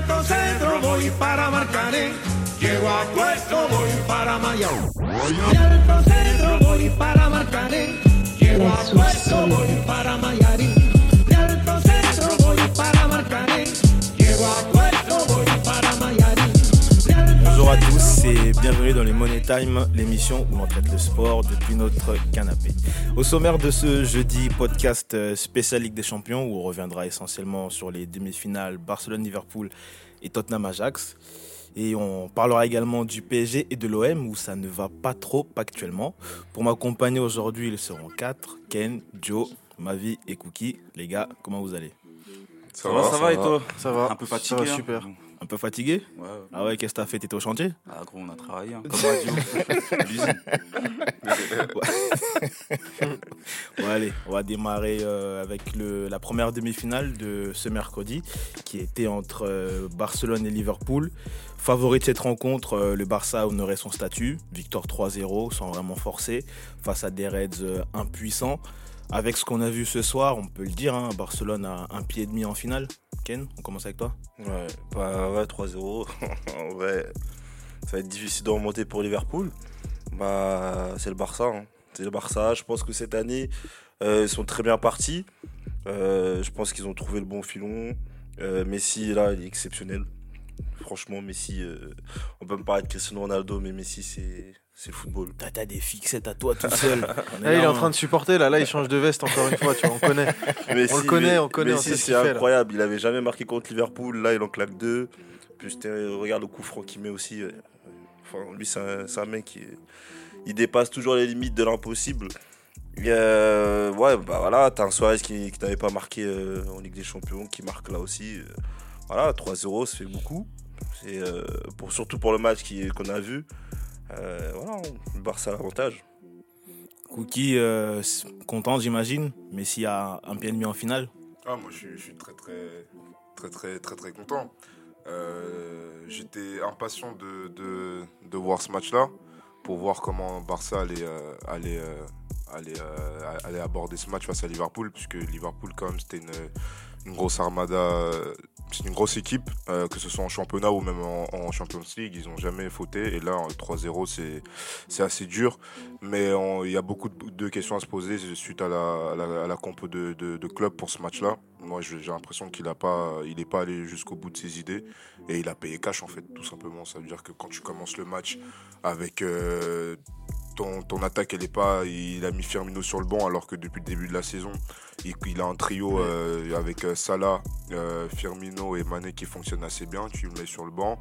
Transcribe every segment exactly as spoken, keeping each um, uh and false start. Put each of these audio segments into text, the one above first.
alto centro voy para Marcané. Llego a Puerto, voy para Mayao. De alto centro voy para Marcané. Llego a Puerto, voy para Mayarín. De alto centro voy para Marcané. Llego a Puerto, voy para Mayarín. Bonjour à tous et bienvenue dans les Money Time, l'émission où l'on traite le sport depuis notre canapé. Au sommaire de ce jeudi podcast spécial Ligue des Champions où on reviendra essentiellement sur les demi-finales Barcelone-Liverpool et Tottenham-Ajax. Et on parlera également du P S G et de l'O M où ça ne va pas trop actuellement. Pour m'accompagner aujourd'hui, ils seront quatre, Ken, Joe, Mavi et Cookie. Les gars, comment vous allez ? Ça, ça va, ça, ça va, va et toi ? Ça va. Un peu fatigué. Ça va, super. Hein. Un peu fatigué ? Ouais. Ah ouais, qu'est-ce que t'as fait ? T'étais au chantier ? Ah gros, on a travaillé, hein. Comme radio. L'usine. Bon allez, on va démarrer euh, avec le, la première demi-finale de ce mercredi qui était entre euh, Barcelone et Liverpool. Favori de cette rencontre, euh, le Barça honorait son statut, victoire trois zéro sans vraiment forcer face à des Reds euh, impuissants. Avec ce qu'on a vu ce soir, on peut le dire, hein, Barcelone a un pied et demi en finale. Ken, on commence avec toi ? Ouais, bah ouais, trois zéro. En vrai, ça va être difficile de remonter pour Liverpool. Bah, c'est le Barça. Hein. C'est le Barça. Je pense que cette année, euh, ils sont très bien partis. Euh, je pense qu'ils ont trouvé le bon filon. Euh, Messi, là, il est exceptionnel. Franchement, Messi, euh, on peut me parler de Cristiano Ronaldo, mais Messi, c'est... C'est le football. T'as, t'as des fixettes à toi tout seul. Là, il est en train de supporter, là, là il change de veste encore une fois, tu vois, on connaît. Messi, on le connaît, on connaît. Messi, on sait c'est ce qu'il incroyable, fait, il avait jamais marqué contre Liverpool, là il en claque deux. Puis regarde le coup franc qu'il met aussi. Enfin, lui c'est un, c'est un mec qui il dépasse toujours les limites de l'impossible. Et euh, ouais, bah voilà, t'as un Suarez qui, qui n'avait pas marqué euh, en Ligue des Champions, qui marque là aussi. Voilà, trois zéro, ça fait beaucoup. C'est, euh, pour, surtout pour le match qui, qu'on a vu. Euh, voilà, le Barça a l'avantage. Cookie, euh, content j'imagine, Messi a un pied et demi en finale. Ah, moi je suis, je suis très très très très très très content. Euh, j'étais impatient de, de, de voir ce match-là pour voir comment Barça allait, euh, allait, euh, allait, euh, allait aborder ce match face à Liverpool, puisque Liverpool quand même c'était une, une grosse armada. C'est une grosse équipe, euh, que ce soit en championnat ou même en, en Champions League, ils n'ont jamais fauté. Et là, trois zéro, c'est, c'est assez dur. Mais il y a beaucoup de, de questions à se poser suite à la, à la, à la compo de, de, de club pour ce match-là. Moi, j'ai l'impression qu'il n'est pas, il pas allé jusqu'au bout de ses idées. Et il a payé cash, en fait, tout simplement. Ça veut dire que quand tu commences le match avec... Euh, Ton, ton attaque, elle est pas. Il a mis Firmino sur le banc alors que depuis le début de la saison, il, il a un trio euh, avec Salah, euh, Firmino et Mané qui fonctionne assez bien. Tu le mets sur le banc.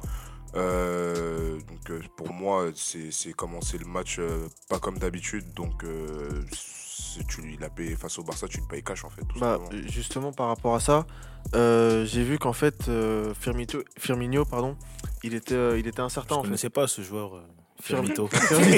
Euh, donc euh, pour moi, c'est, c'est commencer le match euh, pas comme d'habitude. Donc euh, tu, il a payé face au Barça, tu le payes cash en fait. Tout bah, justement par rapport à ça, euh, j'ai vu qu'en fait euh, Firmino, Firmino, pardon, il était, euh, il était incertain. Je en connaissais fait. pas ce joueur. Euh... Firmino.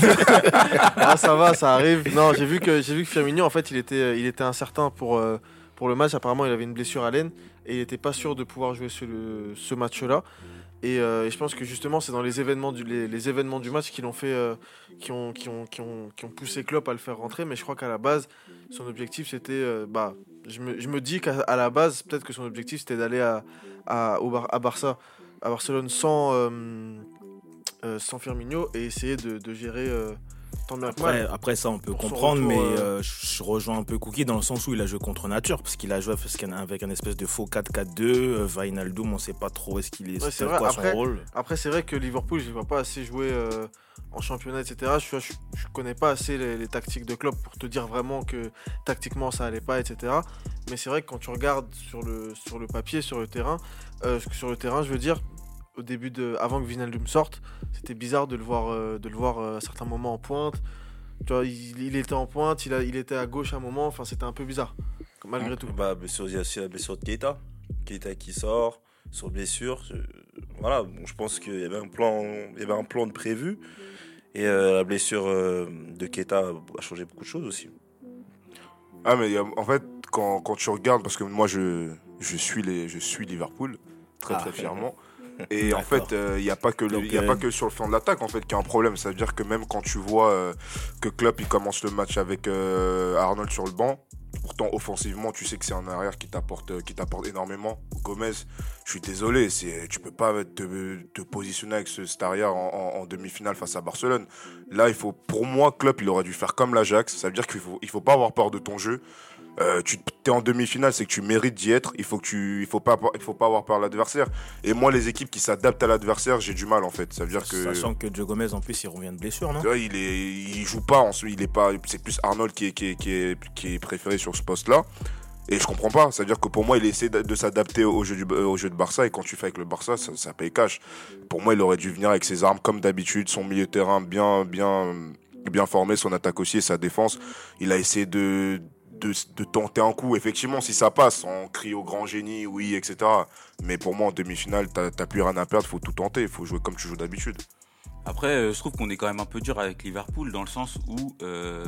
Ah ça va, ça arrive. Non, j'ai vu que j'ai vu que Firmino en fait, il était il était incertain pour euh, pour le match. Apparemment, il avait une blessure à l'aine et il était pas sûr de pouvoir jouer ce le, ce match-là. Et, euh, et je pense que justement, c'est dans les événements du les, les événements du match qui l'ont fait euh, qui ont qui ont qui ont qui ont poussé Klopp à le faire rentrer. Mais je crois qu'à la base, son objectif c'était euh, bah je me je me dis qu'à à la base, peut-être que son objectif c'était d'aller à à au Bar, à Barça à Barcelone sans euh, Euh, sans Firmino et essayer de, de gérer euh, tant bien que après, mal. après ça on peut comprendre, retour, mais euh... euh, je rejoins un peu Cookie dans le sens où il a joué contre nature, parce qu'il a joué avec un espèce de faux quatre quatre deux, euh, Wijnaldum on sait pas trop où est-ce qu'il est, ouais, c'est vrai. quoi après, son rôle. Après c'est vrai que Liverpool je ne vois pas assez jouer euh, en championnat etc. Je, je, je connais pas assez les, les tactiques de Klopp pour te dire vraiment que tactiquement ça allait pas etc. Mais c'est vrai que quand tu regardes sur le, sur le papier, sur le terrain, euh, sur le terrain je veux dire, au début de, avant que Wijnaldum sorte, c'était bizarre de le voir, euh, de le voir euh, à certains moments en pointe. Tu vois, il, il était en pointe, il, a, il était à gauche à un moment. Enfin, c'était un peu bizarre, malgré tout. Bah, il y a aussi la blessure de Keita, Keita qui sort sur blessure. Je, voilà, bon, je pense qu'il y avait un plan, il y avait un plan de prévu. Et euh, la blessure euh, de Keita a changé beaucoup de choses aussi. Ah mais en fait, quand, quand tu regardes, parce que moi je je suis les, je suis Liverpool très très ah, fièrement. Et D'accord. en fait, il euh, n'y a pas que le, Donc, y a euh... pas que sur le flanc de l'attaque en fait qu'il y a un problème. Ça veut dire que même quand tu vois euh, que Klopp il commence le match avec euh, Arnold sur le banc, Pourtant, offensivement, tu sais que c'est un arrière qui t'apporte, qui t'apporte énormément. Gomez, je suis désolé, c'est, tu peux pas te, te positionner avec ce, cet arrière en, en, en demi-finale face à Barcelone. Là, il faut, pour moi, Klopp, il aurait dû faire comme l'Ajax. Ça veut dire qu'il faut, il faut pas avoir peur de ton jeu. Euh, tu es en demi-finale, c'est que tu mérites d'y être. Il faut que tu, il faut pas, il faut pas avoir peur de l'adversaire. Et moi, les équipes qui s'adaptent à l'adversaire, j'ai du mal en fait. Ça veut dire que sachant que Joe Gomez en plus il revient de blessure, non? Il est, il joue pas. Ensuite, il est pas. C'est plus Arnold qui est, qui est, qui est, qui est préféré sur ce poste-là. Et je comprends pas. Ça veut dire que pour moi, il essaie de, de s'adapter au jeu, du, au jeu de Barça. Et quand tu fais avec le Barça, ça, ça paye cash. Pour moi, il aurait dû venir avec ses armes comme d'habitude, son milieu de terrain bien, bien, bien formé, son attaque aussi et sa défense. Il a essayé de De, de tenter un coup, effectivement, si ça passe, on crie au grand génie, oui, et cetera. Mais pour moi, en demi-finale, t'as, t'as plus rien à perdre, faut tout tenter, faut jouer comme tu joues d'habitude. Après, euh, je trouve qu'on est quand même un peu dur avec Liverpool, dans le sens où, euh,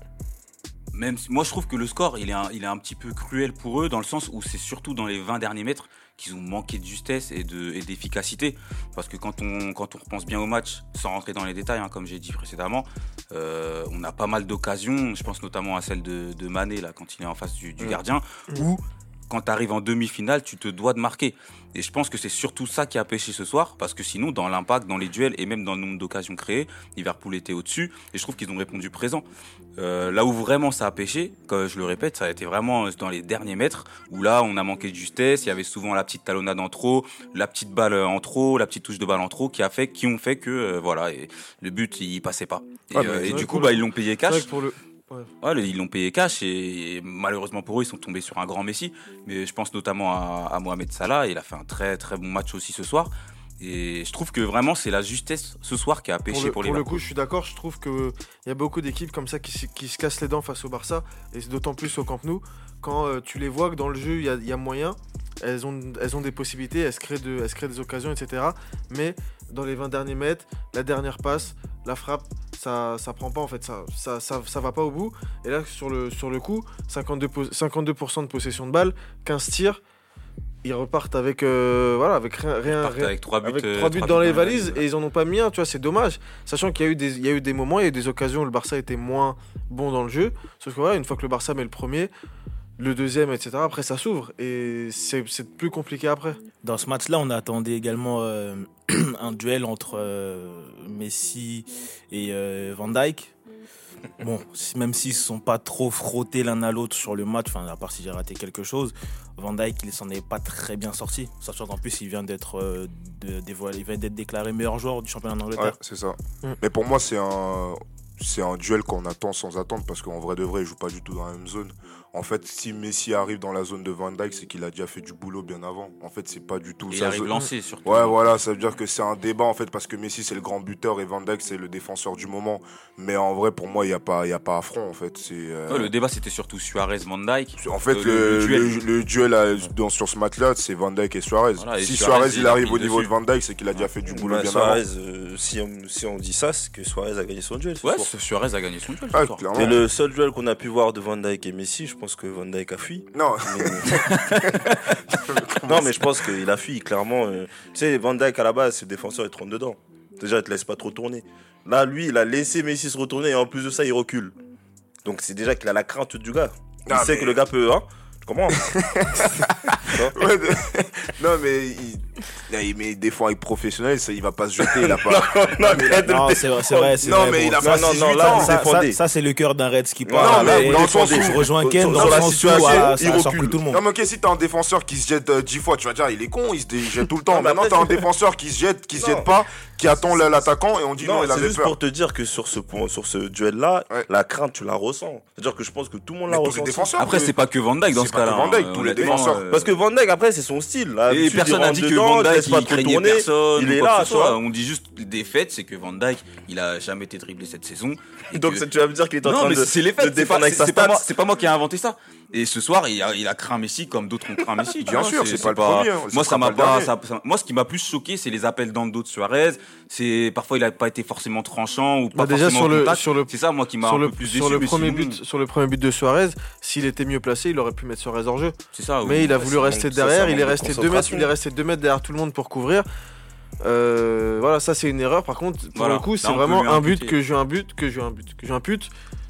même si, moi je trouve que le score, il est, un, il est un petit peu cruel pour eux, dans le sens où c'est surtout dans les vingt derniers mètres qu'ils ont manqué de justesse et, de, et d'efficacité. Parce que quand on, quand on repense bien au match, sans rentrer dans les détails, hein, comme j'ai dit précédemment, euh, on a pas mal d'occasions, je pense notamment à celle de, de Mané, là, quand il est en face du, du mmh. gardien, mmh. où quand tu arrives en demi-finale, tu te dois de marquer. Et je pense que c'est surtout ça qui a pêché ce soir, parce que sinon, dans l'impact, dans les duels et même dans le nombre d'occasions créées, Liverpool était au-dessus, et je trouve qu'ils ont répondu présent. Euh, là où vraiment ça a pêché, comme je le répète, ça a été vraiment dans les derniers mètres, où là, on a manqué de justesse, il y avait souvent la petite talonnade en trop, la petite balle en trop, la petite touche de balle en trop, qui a fait, qui ont fait que, euh, voilà, et le but, il passait pas. Et, ah, euh, et du coup, bah, ils l'ont payé cash. Pour le... Ouais. Ouais, ils l'ont payé cash et, et malheureusement pour eux, ils sont tombés sur un grand Messi. Mais je pense notamment à, à Mohamed Salah. Il a fait un très très bon match aussi ce soir. Et je trouve que vraiment c'est la justesse ce soir qui a pêché pour, le, pour les Pour Liverpool. le coup, je suis d'accord. Je trouve qu'il y a beaucoup d'équipes comme ça qui, qui se cassent les dents face au Barça. Et c'est d'autant plus au Camp Nou. Quand euh, tu les vois que dans le jeu, il y a, y a moyen. Elles ont, elles ont des possibilités, elles se, créent de, elles se créent des occasions, et cetera. Mais dans les vingt derniers mètres, la dernière passe, la frappe, ça ça prend pas en fait, ça ça, ça, ça va pas au bout. Et là, sur le, sur le coup, cinquante-deux pour cent de possession de balle, quinze tirs. Ils repartent avec, euh, voilà, avec rien, rien, rien avec trois buts, avec euh, trois buts trois dans buts les dans valises les et ils en ont pas mis un, tu vois, c'est dommage. Sachant qu'il y a eu des, il y a eu des moments, il y a eu des occasions où le Barça était moins bon dans le jeu. Sauf que voilà, une fois que le Barça met le premier, le deuxième, et cetera, après ça s'ouvre et c'est, c'est plus compliqué après. Dans ce match-là, on attendait également euh, un duel entre euh, Messi et euh, Van Dijk. Bon, même s'ils ne se sont pas trop frottés l'un à l'autre sur le match, enfin, à part si j'ai raté quelque chose, Van Dijk, il s'en est pas très bien sorti. Sachant qu'en plus, il vient d'être, euh, de, dévoilé, il vient d'être déclaré meilleur joueur du championnat d'Angleterre. Ouais, c'est ça. Mm. Mais pour moi, c'est un, c'est un duel qu'on attend sans attendre parce qu'en vrai de vrai, il ne joue pas du tout dans la même zone. En fait, si Messi arrive dans la zone de Van Dijk, c'est qu'il a déjà fait du boulot bien avant. En fait, c'est pas du tout. Et ça il arrive zone... lancé surtout. Ouais, voilà, ça veut dire que c'est un débat en fait parce que Messi c'est le grand buteur et Van Dijk c'est le défenseur du moment. Mais en vrai, pour moi, il y a pas, il y a pas affront en fait. C'est. Euh... Ouais, le débat c'était surtout Suarez Van Dijk. En fait, euh, le, le, le duel, le, le duel à, dans, sur ce match-là, c'est Van Dijk et Suarez. Voilà, et si Suarez, Suarez il, il arrive au niveau dessus. de Van Dijk, c'est qu'il a déjà fait du boulot bah, bien Suarez, avant. Euh, si, on, si on dit ça, c'est que Suarez a gagné son duel. Ouais, Suarez a gagné son duel. Ah, c'est le seul duel qu'on a pu voir de Van Dijk et Messi. Je pense que Van Dijk a fui. Non. Mais... non, mais je pense qu'il a fui clairement. Euh... Tu sais, Van Dijk à la base, c'est défenseur, il te rentre dedans. Déjà, il te laisse pas trop tourner. Là, lui, il a laissé Messi se retourner et en plus de ça, il recule. Donc, c'est déjà qu'il a la crainte du gars. Il non, sait mais... que le gars peut. Hein, tu comprends? Ouais, de... Non, mais il... mais des fois, avec professionnel, ça, il va pas se jeter. Il a pas... non, mais non, c'est vrai. C'est vrai c'est non, vrai, mais bon. il a pas non, non, là, ça, ça, ça, c'est le cœur d'un Reds qui parle. Non, mais dans le sens où je rejoins Ken dans le sens où ça a surpris tout le monde. Non, mais ok, si t'as un défenseur qui se jette dix fois, tu vas dire, il est con, il se jette tout le temps. Maintenant, t'as un défenseur qui se jette, qui se jette pas, qui attend l'attaquant et on dit non, il avait peur. C'est juste pour te dire que sur ce point, sur ce duel-là, la crainte, tu la ressens. C'est-à-dire que je pense que tout le monde la ressent. Après, c'est pas que Van Dijk dans ce cas-là. Van Dijk, tous les défenseurs. Parce que Van Dijk, après, c'est son style. Et personne n'a dit que Van Dijk, il craignait personne. Il est là, tu vois. On dit juste des faits, c'est que Van Dijk, il a jamais été dribblé cette saison. Donc tu vas me dire qu'il est en train de c'est les faits. C'est pas moi qui ai inventé ça. Et ce soir, il a, il a craint Messi comme d'autres ont craint Messi. Bien sûr, c'est, c'est pas le premier. Moi, ça m'a pas. Ça, ça, moi, ce qui m'a plus choqué, c'est les appels dans le dos de Suarez. C'est parfois il a pas été forcément tranchant ou pas bah déjà forcément sur le, contact. Sur le, c'est ça, moi, qui m'a un le, peu plus sur déçu. Le premier sinon... but, sur le premier but de Suarez, s'il était mieux placé, il aurait pu mettre Suarez hors jeu. C'est ça. Mais oui, il a voulu rester derrière. Ça, il est resté deux mètres. Il est resté deux mètres derrière tout le monde pour couvrir. Euh, voilà, ça c'est une erreur. Par contre, pour voilà, le coup, c'est vraiment un but que je un but que je un but que j'impute.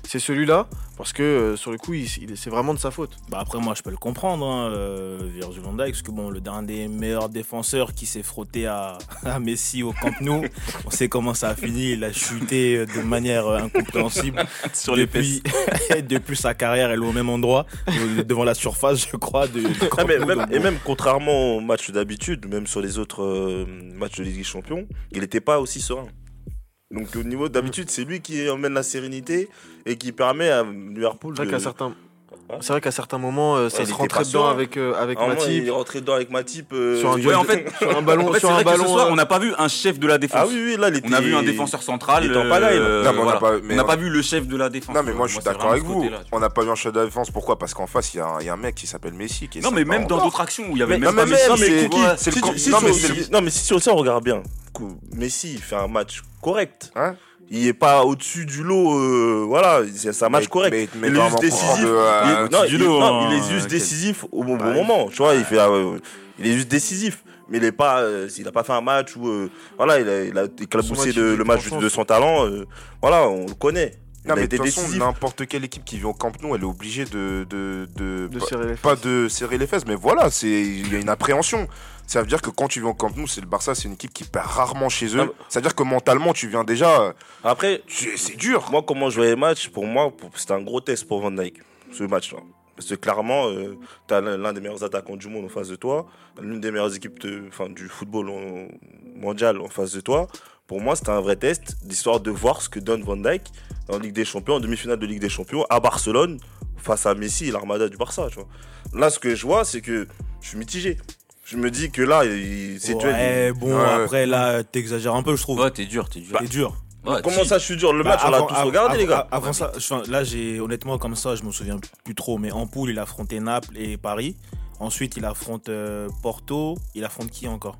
c'est celui-là, parce que euh, sur le coup, il, il- c'est vraiment de sa faute. Bah après moi je peux le comprendre, hein, euh, Virgil van Dijk, parce que bon, le dernier des meilleurs défenseurs qui s'est frotté à, à Messi au Camp Nou, on sait comment ça a fini, il a chuté de manière euh, incompréhensible Sur les depuis, depuis sa carrière, elle est au même endroit, euh, devant la surface je crois. De, du Camp Ah, mais Nou, même, donc et bon. même contrairement au match d'habitude, même sur les autres euh, matchs de Ligue des Champions, il n'était pas aussi serein. Donc au niveau d'habitude, c'est lui qui emmène la sérénité et qui permet à Liverpool C'est vrai de... qu'à certains, c'est vrai qu'à certains moments, euh, ça Ouais, il se était rentrait pas dedans serein. avec, euh, avec À un moment, Matip. il est rentré dedans avec Matip. euh, Sur un il- duel en de- fait- sur un ballon, En fait, sur c'est un vrai que ce ballon. soir, euh, on n'a pas vu un chef de la défense. Ah oui, oui, là, il était... On a vu un défenseur central. il était en pagaille, là. euh, Non, mais on n'a voilà. pas- mais On n'a on- pas vu le chef de la défense. Non, mais moi je suis c'est d'accord vraiment avec ce vous. côté-là, tu vois. On n'a pas eu un chef de défense. Pourquoi? Parce qu'en face, il y, a un- il y a un mec qui s'appelle Messi. Qui est Non, mais sympa même dans encore. d'autres actions où il y avait Mais, même non, pas mais, Messi, non, mais tu Kiki, vois, c'est le si con- tu- si non, tu- mais si- c'est le- non, mais si on ça, on regarde bien. Cou- Messi, il fait un match correct. Hein? Il est pas au-dessus du lot, euh, voilà, c'est c'est un match Mais- correct. mais- mais il est vraiment juste décisif. comprendre de, euh, Il est- au-dessus non, du il- lot, non, hein, il est juste ok. décisif au bon, bon Ouais. moment, tu vois. Il fait, euh, il est juste décisif, mais il est pas, euh, il a pas fait un match où, euh, voilà, il a, il a éclaboussé match, de- il le était match en de chance. son talent. euh, voilà, on le connaît. Il Non, a mais de été toute façon, décisif. n'importe quelle équipe qui vient au Camp Nou, elle est obligée de. de, de, De pas- serrer les pas fesses. de serrer les fesses, mais voilà, c'est il y a une appréhension. Ça veut dire que quand tu viens au Camp Nou, c'est le Barça, c'est une équipe qui perd rarement chez eux. Ah, mais- Ça veut dire que mentalement, tu viens déjà. euh, Après, tu- C'est dur. moi, comment je voyais le match, pour moi, pour- c'était un gros test pour Van Dijk, ce match-là. Parce que clairement, euh, tu as l'un des meilleurs attaquants du monde en face de toi, l'une des meilleures équipes de, enfin, du football en- mondial en face de toi. Pour moi, c'était un vrai test d'histoire de voir ce que donne Van Dijk en Ligue des Champions, en demi-finale de Ligue des Champions, à Barcelone, face à Messi et l'armada du Barça. Tu vois. Là, ce que je vois, c'est que je suis mitigé. Je me dis que là, il- c'est duel. Ouais, bon, Ouais, ouais. après là, t'exagères un peu, je trouve. Ouais, t'es dur, t'es dur. C'est dur. Ouais, Comment si. ça, je suis dur? Le Bah, match, on l'a avant- tous av- regardé, av- les gars. Avant ça, enfin, là, j'ai honnêtement comme ça, je me souviens plus trop, mais en poule, il affrontait Naples et Paris. Ensuite, il affronte euh, Porto. Il affronte qui encore?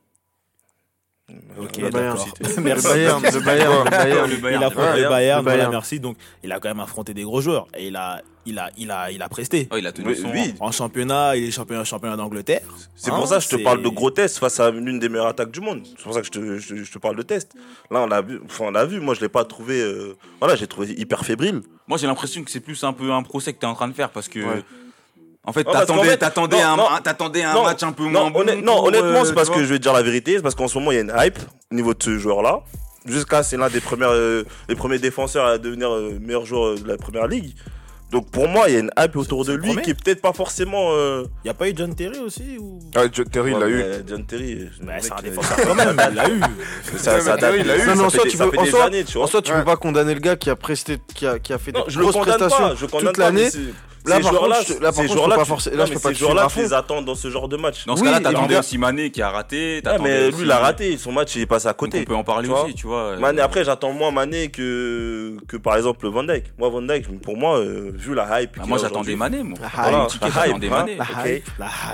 Ok, Le Bayern. d'accord. Le Merci. Bayern, le Bayern, le Bayern. Le Il Bayern. affronte Ouais, le Bayern, le voilà, Bayern. merci. Donc, il a quand même affronté des gros joueurs et il a, il a, il a, il a presté. Ouais, il a tenu Oui, son. oui. En championnat, il est champion, championnat d'Angleterre. C'est Hein, pour ça que je te c'est- parle de gros tests face à l'une des meilleures attaques du monde. C'est pour ça que je te, je, je te parle de test. Là, on l'a vu. Enfin, on l'a vu. Moi, je l'ai pas trouvé. euh, Voilà, j'ai trouvé hyper fébrile. Moi, j'ai l'impression que c'est plus un peu un procès que t'es en train de faire parce que. Ouais. En fait, Non, parce qu'en t'attendais, fait- t'attendais non, un, non. un- t'attendais un Non, match un peu Non, moins bon. honnêt- non, pour, honnêtement, euh, c'est parce tu que vois. je vais te dire la vérité. C'est parce qu'en ce moment, il y a une hype au niveau de ce joueur-là. Jusqu'à, c'est l'un des premiers, euh, les premiers défenseurs à devenir euh, meilleur joueur de la première ligue. Donc pour moi, il y a une hype autour c'est de le lui premier qui est peut-être pas forcément. euh, Il n'y a pas eu John Terry aussi ou... Ouais, John Terry, il l'a ouais, eu. mais John Terry. Bah, le c'est mec, un euh, défenseur quand même, il l'a eu. Ça, ça mais date- Terry, il l'a eu. ça Non, mais en fait soi, des- tu ça peux- fait en des soi- années, tu vois. En soi, tu Ouais. peux pas condamner le gars qui a presté, qui a, qui a fait Non, des je le grosses condamne prestations pas, je condamne toute pas, mais l'année. c'est- Là, ces par joueurs-là, contre, je- là, par ces contre, je joueurs-là, peux pas tu- forcer- là, non, je mais peux pas ces te suivre joueurs-là, à tu les fond. attends dans ce genre de match. Dans ce Oui, cas-là, il t'attendais a- aussi Mané qui a raté. Ouais, t'attendais mais aussi- lui, il a raté. Son match, il est passé à Donc, côté. on peut en parler tu vois. aussi, tu vois. Mané, après, j'attends moins Mané que, que par exemple Van Dijk. Moi, Van Dijk, pour moi, euh, vu la hype. Bah, qu'il moi, a j'attendais aujourd'hui- Mané, moi. La Voilà, hype. Ticket, la hype, j'attendais hein. Mané. La Ok. hype.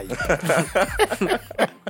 La hype.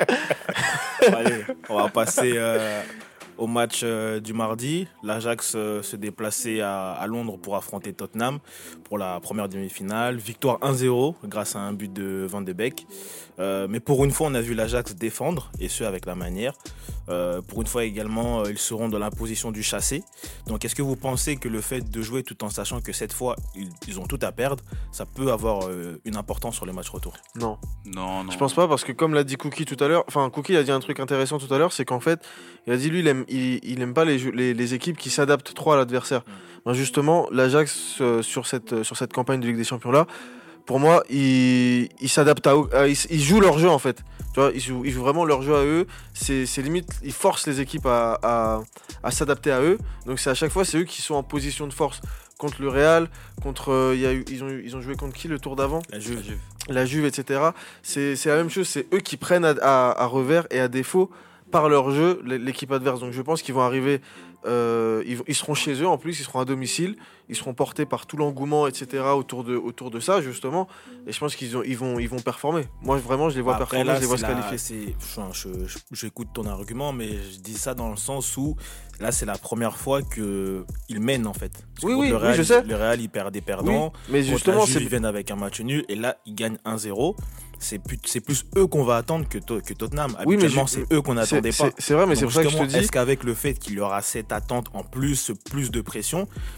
Allez, on va passer euh, au match euh, du mardi. L'Ajax euh, se déplaçait à, à Londres pour affronter Tottenham pour la première demi-finale. Victoire un zéro grâce à un but de Van de Beek. Euh, mais pour une fois, on a vu l'Ajax défendre, et ce avec la manière. Euh, pour une fois également, euh, ils seront dans la position du chassé. Donc est-ce que vous pensez que le fait de jouer tout en sachant que cette fois, ils, ils ont tout à perdre, ça peut avoir euh, une importance sur le match retour? Non. Non, non. Je pense pas, parce que comme l'a dit Cookie tout à l'heure, enfin Cookie a dit un truc intéressant tout à l'heure, c'est qu'en fait, il a dit lui, il aime, il, il aime pas les, jeux- les, les équipes qui s'adaptent trop à l'adversaire. Ben justement, l'Ajax euh, sur cette sur cette campagne de Ligue des Champions là, pour moi, ils il s'adaptent à, à ils, ils jouent leur jeu en fait. Tu vois, ils jouent, ils jouent vraiment leur jeu à eux. C'est c'est limite, ils forcent les équipes à, à, à s'adapter à eux. Donc c'est à chaque fois, c'est eux qui sont en position de force contre le Real, contre euh, il y a eu, ils ont eu- ils ont joué contre qui le tour d'avant? La Juve. La Juve, et cetera. C'est c'est la même chose, c'est eux qui prennent à, à- à revers et à défaut par leur jeu l- l'équipe adverse. Donc je pense qu'ils vont arriver, euh, ils, vont- ils seront chez eux en plus, ils seront à domicile, ils seront portés par tout l'engouement, et cetera autour de, autour de ça justement. Et je pense qu'ils ont, ils vont, ils vont performer. Moi vraiment, je les vois Après, performer, là, je les vois se c'est la- qualifier. c'est- enfin, je- je- J'écoute ton argument, mais je dis ça dans le sens où là, c'est la première fois qu'ils mènent en fait. Parce que Oui, contre oui, le oui, Real, je sais. Le Real, il perd des Oui, perdants. mais Contre justement, la Juve, c'est ils viennent avec un match nul et là, ils gagnent un zéro. C'est plus, c'est plus eux qu'on va attendre que, To- que Tottenham. Oui, mais Habituellement, je- c'est eux qu'on c'est n'attendait pas. c'est- c'est vrai, mais c'est Donc, pour ça que je te justement, dis. est-ce qu'avec le fait qu'il y aura cette attente en plus, plus de pression,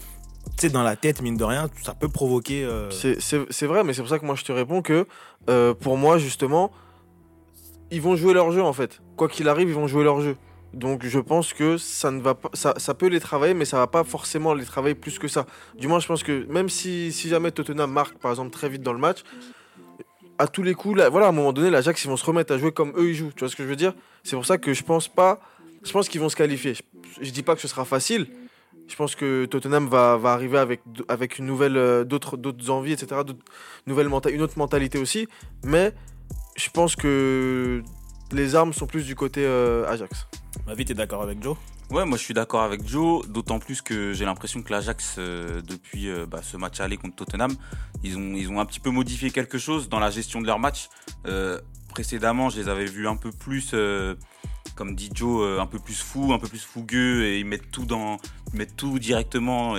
tu sais, dans la tête, mine de rien, ça peut provoquer. Euh... C'est, c'est, c'est vrai, mais c'est pour ça que moi je te réponds que euh, pour moi, justement, ils vont jouer leur jeu en fait. Quoi qu'il arrive, ils vont jouer leur jeu. Donc je pense que ça ne va pas, ça, ça peut les travailler, mais ça va pas forcément les travailler plus que ça. Du moins, je pense que même si, si jamais Tottenham marque par exemple très vite dans le match, à tous les coups, là, voilà, à un moment donné, l'Ajax ils vont se remettre à jouer comme eux ils jouent. Tu vois ce que je veux dire ? C'est pour ça que je pense pas, je pense qu'ils vont se qualifier. Je, je dis pas que ce sera facile. Je pense que Tottenham va, va arriver avec, avec une nouvelle, euh, d'autres, d'autres envies, et cetera. D'autres, nouvelle menta- une autre mentalité aussi, mais je pense que les armes sont plus du côté euh, Ajax. Mavi, t'es d'accord avec Joe ? Ouais, moi je suis d'accord avec Joe, d'autant plus que j'ai l'impression que l'Ajax, euh, depuis euh, bah, ce match aller contre Tottenham, ils ont, ils ont un petit peu modifié quelque chose dans la gestion de leur match. Euh, précédemment, je les avais vus un peu plus, euh, comme dit Joe, euh, un peu plus fous, un peu plus fougueux, et ils mettent tout, dans, ils mettent tout directement, et,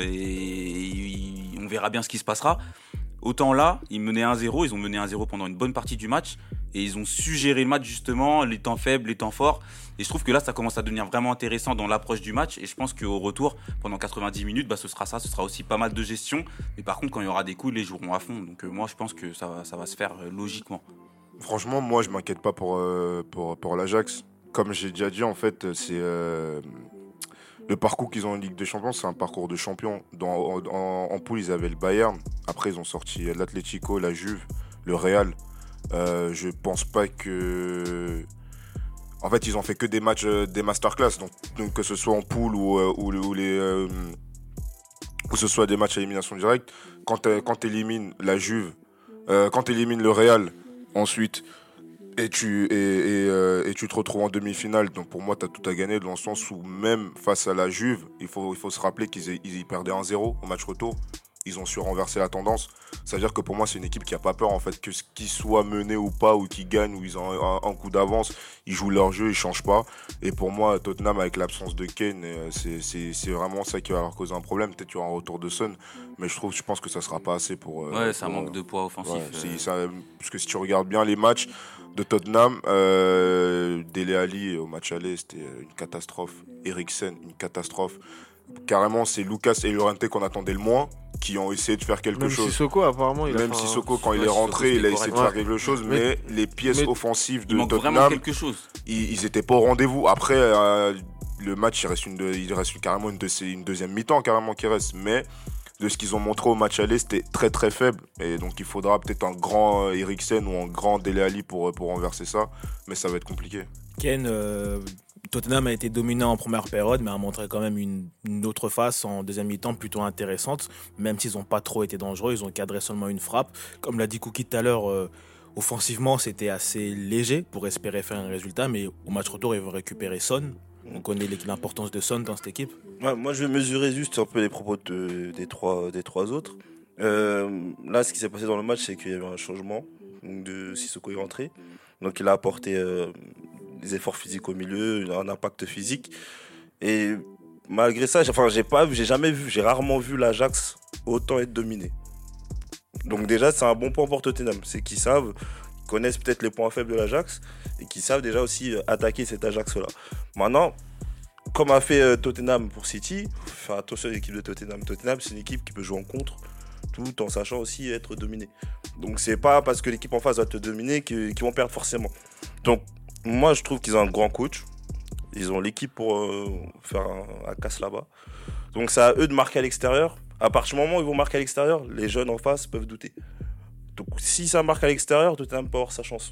et on verra bien ce qui se passera. Autant là, ils menaient un zéro, ils ont mené un zéro pendant une bonne partie du match, et ils ont su gérer le match justement, les temps faibles, les temps forts. Et je trouve que là, ça commence à devenir vraiment intéressant dans l'approche du match. Et je pense qu'au retour, pendant quatre-vingt-dix minutes, bah, ce sera ça, ce sera aussi pas mal de gestion. Mais par contre, quand il y aura des coups, ils les joueront à fond. Donc euh, moi, je pense que ça va, ça va se faire euh, logiquement. Franchement, moi, je m'inquiète pas pour, euh, pour, pour l'Ajax. Comme j'ai déjà dit, en fait, c'est euh, le parcours qu'ils ont en Ligue des Champions, c'est un parcours de champion. Dans, en, en, en poule, ils avaient le Bayern. Après, ils ont sorti l'Atlético, la Juve, le Real. Euh, je pense pas que... En fait, ils ont fait que des matchs, euh, des masterclass. Donc, donc que ce soit en poule ou, euh, ou, ou les... Euh, ou ce soit des matchs à élimination directe. Quand tu quand élimines la Juve, euh, quand tu élimines le Real, ensuite... Et tu, et, et, euh, et tu te retrouves en demi-finale. Donc pour moi, tu as tout à gagner dans le sens où même face à la Juve, il faut, il faut se rappeler qu'ils ils perdaient un zéro au match retour. Ils ont su renverser la tendance. C'est-à-dire que pour moi, c'est une équipe qui n'a pas peur en fait, que ce qu'ils soient menés ou pas, ou qu'ils gagnent, ou ils ont un, un coup d'avance, ils jouent leur jeu, ils ne changent pas. Et pour moi, Tottenham, avec l'absence de Kane, c'est, c'est, c'est vraiment ça qui va leur causer un problème. Peut-être qu'il y aura un retour de Son, mais je, trouve, je pense que ça ne sera pas assez pour... Ouais, pour, ça manque de poids offensif. Ouais, c'est, ça, parce que si tu regardes bien les matchs de Tottenham, euh, Dele Alli au match aller, c'était une catastrophe. Eriksen, une catastrophe. Carrément, c'est Lucas et Llorente qu'on attendait le moins, qui ont essayé de faire quelque Même chose. Sissoko, apparemment, il Même a fait Sissoko, un... quand il Ouais, est rentré, Sissoko, il a essayé de correct. faire quelque chose, Mais- mais, les pièces mais- offensives Il de manque vraiment Tottenham, quelque chose. ils, ils étaient pas au rendez-vous. Après, euh, le match, il reste, une, il reste une- carrément une, de- une deuxième mi-temps carrément qui reste, mais de ce qu'ils ont montré au match aller, c'était très très faible. Et donc il faudra peut-être un grand Eriksen ou un grand Dele Alli pour, pour renverser ça, mais ça va être compliqué. Ken, euh, Tottenham a été dominant en première période, mais a montré quand même une, une autre face en deuxième mi-temps plutôt intéressante, même s'ils n'ont pas trop été dangereux, ils ont cadré seulement une frappe. Comme l'a dit Cookie tout à l'heure, euh, offensivement c'était assez léger pour espérer faire un résultat, mais au match retour ils vont récupérer Son. On connaît l'importance de Son dans cette équipe. Ouais, moi, je vais mesurer juste un peu les propos de- des, trois, des trois autres. Euh, là, ce qui s'est passé dans le match, c'est qu'il y avait un changement. Donc, de Sissoko est rentré. Donc, il a apporté euh, des efforts physiques au milieu, un impact physique. Et malgré ça, j'ai, enfin, j'ai pas, j'ai jamais vu, j'ai rarement vu l'Ajax autant être dominé. Donc, déjà, c'est un bon point pour Tottenham. C'est qu'ils savent, ils connaissent peut-être les points faibles de l'Ajax et qu'ils savent déjà aussi euh, attaquer cet Ajax-là. Maintenant, comme a fait euh, Tottenham pour City, faut faire attention à l'équipe de Tottenham. Tottenham, c'est une équipe qui peut jouer en contre, tout en sachant aussi être dominée. Donc c'est pas parce que l'équipe en face va te dominer que- qu'ils vont perdre forcément. Donc moi, je trouve qu'ils ont un grand coach. Ils ont l'équipe pour euh, faire un, un casse là-bas. Donc c'est à eux de marquer à l'extérieur. À partir du moment où ils vont marquer à l'extérieur, les jeunes en face peuvent douter. Donc si ça marque à l'extérieur, Tottenham peut avoir sa chance.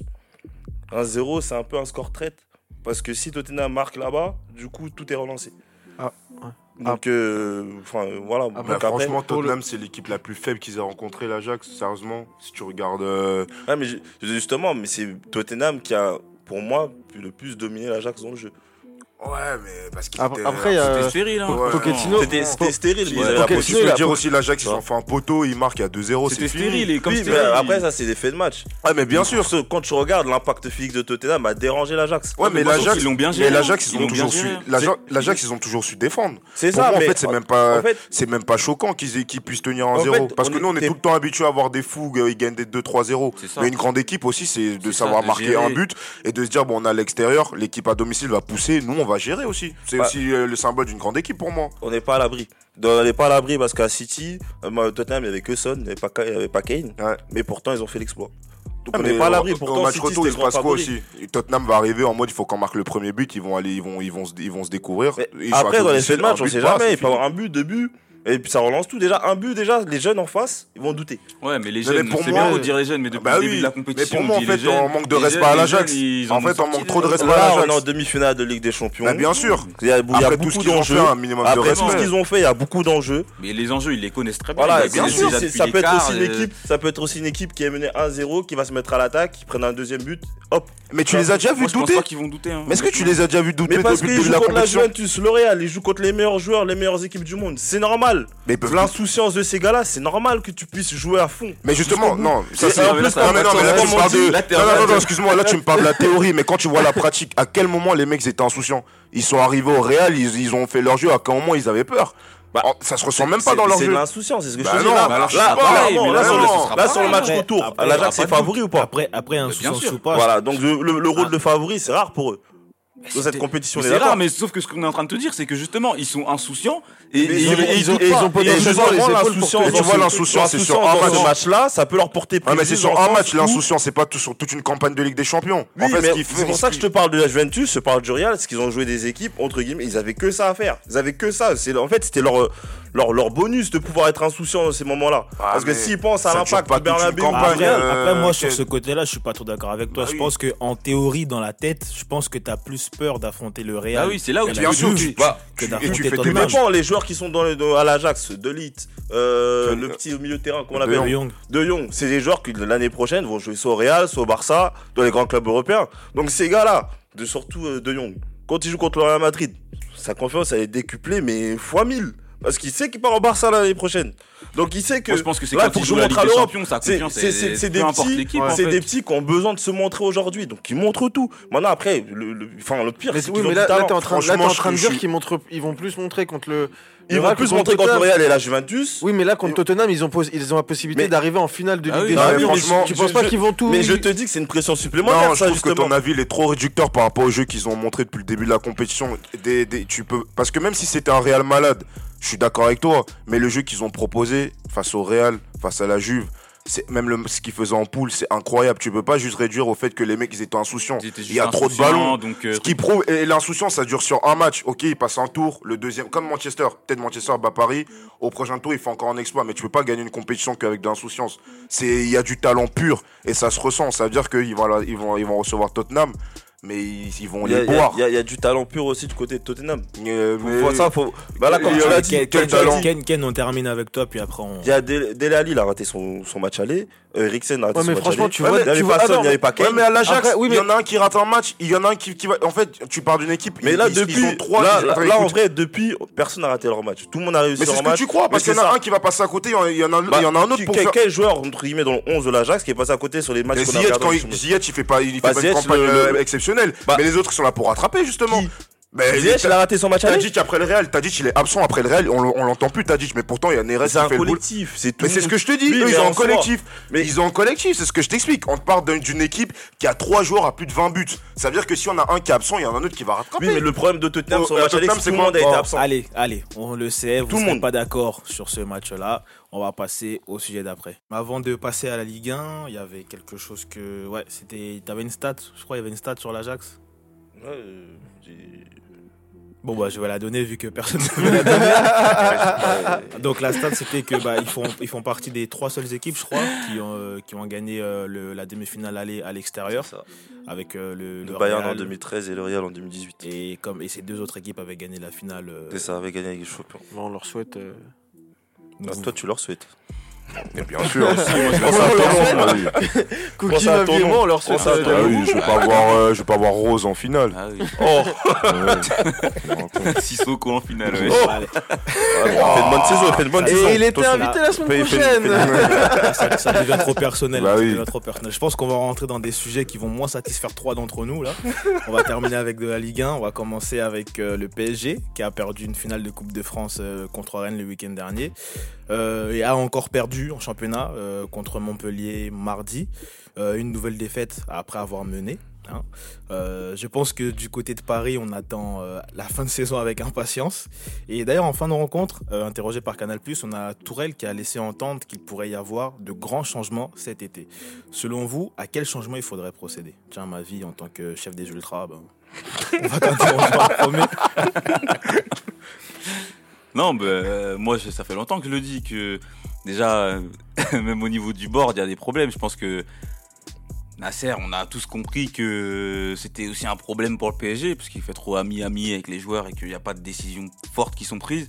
un zéro, c'est un peu un score traite. Parce que si Tottenham marque là-bas, du coup, tout est relancé. Ah, ouais. Donc, euh, enfin, voilà. Ah, Mais Donc après- franchement, pour le- Tottenham, c'est l'équipe la plus faible qu'ils aient rencontrée, l'Ajax. Sérieusement, si tu regardes. euh, Ouais, mais ju- justement, mais c'est Tottenham qui a, pour moi, le plus dominé l'Ajax dans le jeu. Ouais, mais parce qu'ils Après- étaient. après, il y a- C'était Euh, stérile, hein. ouais, Pochettino- C'était c'était stérile. Il mais ils y a avaient la la Pochettino, possibilité il de a- dire aussi l'Ajax, ils Ouais. ont fait un poteau, ils marquent à deux zéro, C'était c'est fini. stérile et comme Oui, c'était mais stérile. après, ça, c'est des faits de match. Ouais, mais bien sûr. Ce- Quand tu regardes, l'impact physique de Tottenham a dérangé l'Ajax. Ouais, mais moi, je trouve l'Ajax, qu'ils l'ont bien mais géré, l'Ajax, hein. ils Ils ont l'ont toujours bien su. géré. l'Ajax, l'Ajax, ils ont toujours su défendre. C'est Pour ça, moi, en mais fait, c'est même pas, en fait, c'est même pas choquant qu'ils aient- qu'ils puissent tenir un En zéro. fait, Parce on que nous, on est était- tout le temps habitués à avoir des fougues, ils gagnent des deux trois zéro. C'est ça. Mais une grande équipe aussi, c'est de C'est savoir ça, de marquer gérer. un but et de se dire, bon, on a l'extérieur, l'équipe à domicile va pousser, nous, on va gérer aussi. C'est Bah. aussi euh, le symbole d'une grande équipe pour moi. on n'est pas à l'abri. on n'est pas à l'abri parce qu'à City, euh, Tottenham, il n'y avait que Son, il n'y avait pas, il y avait pas Kane. Ouais. Mais pourtant, ils ont fait l'exploit. Donc Ah, on mais n'est pas à au- l'abri. au Pourtant, match City, retour, c'était il se le grand passe quoi favori. aussi Tottenham va arriver en mode il faut qu'on marque le premier but, ils vont aller, ils vont, ils vont, se, ils vont se découvrir. Mais Ils sont après, à dans les domicile, faits de match, un on but sait pas, jamais. c'est Il peut y fini. avoir un but, deux buts. Et puis ça relance tout. Déjà, un but, déjà, les jeunes en face, ils vont douter. Ouais, mais les Non, mais jeunes, pour c'est moi, bien de dire les jeunes, mais depuis Bah le oui, début de la mais compétition, pour moi, on en dit fait, les jeunes, on manque de les respect jeunes, à les l'Ajax. jeunes, ils En ont fait, on sorti, manque trop de les- respect à Là, on l'Ajax. est en demi-finale de Ligue des Champions. Bah, bien sûr. Il y a, il y a Après tout ce beaucoup qu'ils ont d'enjeux. fait, un minimum de Après tout ce respect. qu'ils ont fait, il y a beaucoup d'enjeux. Mais les enjeux, ils les connaissent très bien. Voilà, ils les bien connaissent sûr, déjà c'est- depuis ça peut être l'écart, aussi une euh, équipe, ça peut être aussi une équipe qui est menée un zéro, qui va se mettre à l'attaque, qui prenne un deuxième but, hop. Mais tu les as déjà Moi, vus je pense douter pas qu'ils vont douter. hein. Mais est-ce que tu les as déjà vus douter Mais parce depuis qu'ils le début jouent de la contre la compétition Juventus, L'Oréal, ils jouent contre les meilleurs joueurs, les meilleures équipes du monde. C'est normal. Mais ils peuvent- L'insouciance de ces gars-là, c'est normal que tu puisses jouer à fond. Mais justement, non, ça Et c'est en plus. plus, Non, mais non, mais là comme tu on parles dit, de. là, t'es Non, en non, train non, de- non, excuse-moi, là tu me parles de la théorie, mais quand tu vois la pratique, à quel moment les mecs étaient insouciants? Ils sont arrivés au Real, ils, ils ont fait leur jeu, à quel moment ils avaient peur? Bah, Oh, ça se ressent même pas C'est- dans leur C'est jeu. de l'insouciance, c'est ce que Bah je te dis non, là. bah alors, Là, je sais pas, clairement, mais là, là, sur le- non. là, sur le match Après- retour, après, l'Ajax après, c'est favori ou pas? Après, après insouciance sûr. ou pas. Voilà, donc le, le- le rôle de favori, c'est rare pour eux. Dans cette compétition, Mais on est c'est d'accord. rare, mais sauf que ce qu'on est en train de te dire, c'est que justement, ils sont insouciants et, Mais et- ils ont- et- et ils ont- doutent et ils pas. ont pas Et de justement, justement, les épaules pour l'insouciance. que- Et tu vois, l'insouciance, c'est sur un dans match. ce match-là, ça peut leur porter Ah, mais préjudice c'est sur dans le un sens match, où- l'insouciance, c'est pas tout sur toute une campagne de Ligue des Champions. Oui, En fait, mais ce qu'ils c'est font- pour ça que je te parle de la Juventus, je te parle du Real, c'est qu'ils ont joué des équipes, entre guillemets, ils avaient que ça à faire. Ils avaient que ça. C'est, en fait, c'était leur, leur, leur bonus de pouvoir être insouciant dans ces moments-là. Ah, Parce que mais s'ils pensent à ça dure l'impact pas du toute une Bernabéu, campagne, Après, euh, après, moi, sur quel- ce côté-là, je suis pas trop d'accord avec toi. Bah je oui. pense qu'en théorie, dans la tête, je pense que tu as plus peur d'affronter le Real. Ah oui, c'est là où que tu la bien sûr, Juve tu- bah, que tu- d'affronter et tu fais tes tout Tottenham. dépend. Les joueurs qui sont dans, le- dans- à l'Ajax, De Ligt, euh, De- le petit au milieu de terrain, comment on De l'appelle De Jong. De Jong, c'est des joueurs qui l'année prochaine vont jouer soit au Real, soit au Barça, dans les grands clubs européens. Donc ces gars-là, de, surtout euh, De Jong, quand ils jouent contre le Real Madrid, sa confiance elle est décuplée, mais fois mille. Parce qu'il sait qu'il part au Barça l'année prochaine. Donc il sait que. Moi, je pense que c'est là, quand faut il que joue je la montre Ligue à des l'Europe. Champions, sa C'est, confiance, c'est, c'est, elle- c'est peu des importe petits, l'équipe, en c'est fait. des petits qui ont besoin de se montrer aujourd'hui. Donc ils montrent tout. Maintenant après, le, le, enfin, le pire, Mais c'est oui, qu'ils ont mais du là, là talent. t'es en train, là, t'es Franchement, en train de je- dire je- qu'ils montrent, ils vont plus montrer contre le. Ils le vont Real plus que montrer contre le Tottenham. Real et la Juventus. Oui, mais là contre Tottenham, ils ont, pos- ils ont la possibilité Mais- d'arriver en finale de Ah Ligue oui, des non, mais Champions. franchement, tu je- penses pas je- qu'ils vont tout. Mais je te dis que c'est une pression supplémentaire, Non, je ça, trouve que justement. ton avis il est trop réducteur par rapport au jeu qu'ils ont montré depuis le début de la compétition. Des, des- tu peux, parce que même si c'était un Real malade, je suis d'accord avec toi, mais le jeu qu'ils ont proposé face au Real, face à la Juve, c'est même le, ce qu'ils faisaient en poule, c'est incroyable. Tu peux pas juste réduire au fait que les mecs ils étaient insouciants. Ils étaient juste Il y a trop de insouciants, ballons. donc, euh, Ce qui prouve, et l'insouciance, ça dure sur un match. Ok, ils passent un tour, le deuxième, comme Manchester. Peut-être Manchester bat Paris. Au prochain tour, il fait encore un exploit, mais tu peux pas gagner une compétition qu'avec de l'insouciance. C'est, il y a du talent pur et ça se ressent. Ça veut dire qu'ils vont, là, ils vont, ils vont recevoir Tottenham, mais ils, ils vont Il y, a, les il y a- boire. il y a- il y a du talent pur aussi du côté de Tottenham. Euh, Faut, mais- faut- ça, faut... Bah là, comme Il y tu a- l'as Ken, dit, Ken, quel Ken, talent. Ken, Ken, on termine avec toi, puis après on. il y a Dele Dele Alli, il a raté son, son match aller. Euh, Eriksen a raté Ouais, son mais match franchement, aller. tu Ouais, vois- mais il y avait tu pas vois- Son, il y avait pas Ouais, Kane. mais à l'Ajax, Après, oui, il y mais- en a un qui rate un match, il y en a un qui, qui va. En fait, tu pars d'une équipe. Mais ils- là, ils, depuis, ils ont trois. là, ils- là, attends, là, en écoute. vrai, depuis, personne n'a raté leur match. Tout le monde a réussi Mais c'est leur ce que match. tu crois, parce Mais qu'il y en c'est a ça. un qui va passer à côté, il y en a, Bah, il y en a un autre qui- pour quel, faire. quel joueur, entre guillemets, dans le onze de l'Ajax qui est passé à côté sur les matchs Mais qu'on a Ziyech, regardés quand en il, Champions Ziyech, il fait pas, il fait Bah, pas une Ziyech, campagne le- euh, le- exceptionnelle. Bah- mais les autres, ils sont là pour rattraper, justement. Qui Ben, Ziyech, il a raté son match aller. Tadic après le Real, Tadic il est absent après le Real, on, l- on l'entend plus Tadic, mais pourtant il y a Neres qui C'est un fait le boulot. collectif. C'est tout. Mais c'est ce que je te dis, Oui, eux mais ils ont en un soi. collectif. Mais- Ils ont un collectif, c'est ce que je t'explique. On te parle d'un- d'une équipe qui a trois joueurs à plus de vingt buts. Ça veut dire que si on a un qui est absent, il y en a un autre qui va rattraper. Oui, mais le problème de Tottenham Oh, sur le euh, match aller, Tottenham, c'est c'est que tout le monde a quoi été Oh. absent. Allez, allez, on le sait, vous Tout le n'êtes monde. pas d'accord sur ce match-là. On va passer au sujet d'après. Mais avant de passer à la Ligue un, il y avait quelque chose que. Ouais, c'était. T'avais une stat, je crois, il y avait une stat sur l'Ajax. Ouais, euh, j'ai- Bon, bah, je vais la donner vu que personne ne veut la donner. Donc, la stat, c'était que bah, ils, font, ils font partie des trois seules équipes, je crois, qui ont, euh, qui ont gagné euh, le- la demi-finale aller à l'extérieur. C'est ça. Avec euh, le, Le le Bayern en Real. deux mille treize et le Real en deux mille dix-huit. Et, comme, et ces deux autres équipes avaient gagné la finale. euh, C'est ça, avait gagné avec les champions. Bon, on leur souhaite. euh, nous- Ah, toi, tu leur souhaites. Mais bien sûr. Pense à ton nom. Ah oui. Cookie Pense à ton Maviément, nom. on leur souhaite. Pense à euh, ton Ah de- oui, je vais pas voir, euh, je vais pas voir Rose en finale. Ah oui. Oh, Sissoko en finale, ouais. Oh. Allez. il fait une bonne saison, il fait une bonne saison. Et il était Attention. invité la semaine Fait- fait- fait- prochaine. ça, ça devient trop personnel. Bah ça oui. devient trop personnel. Je pense qu'on va rentrer dans des sujets qui vont moins satisfaire trois d'entre nous là. On va terminer avec de la Ligue un. On va commencer avec euh, le P S G qui a perdu une finale de Coupe de France euh, contre Rennes le week-end dernier euh, et a encore perdu en championnat euh, contre Montpellier mardi. Euh, une nouvelle défaite après avoir mené. Hein. Euh, je pense que du côté de Paris, on attend euh, la fin de saison avec impatience. Et d'ailleurs, en fin de rencontre, euh, interrogé par Canal+, on a Tourelle qui a laissé entendre qu'il pourrait y avoir de grands changements cet été. Selon vous, à quel changement il faudrait procéder ? Tiens, ma vie en tant que chef des Ultras, ben, on va t'interroger en premier. Non, bah, euh, moi, je- ça fait longtemps que je le dis que déjà, euh, même au niveau du board, il y a des problèmes. Je pense que Nasser, on a tous compris que c'était aussi un problème pour le P S G, parce qu'il fait trop ami-ami avec les joueurs et qu'il n'y a pas de décisions fortes qui sont prises.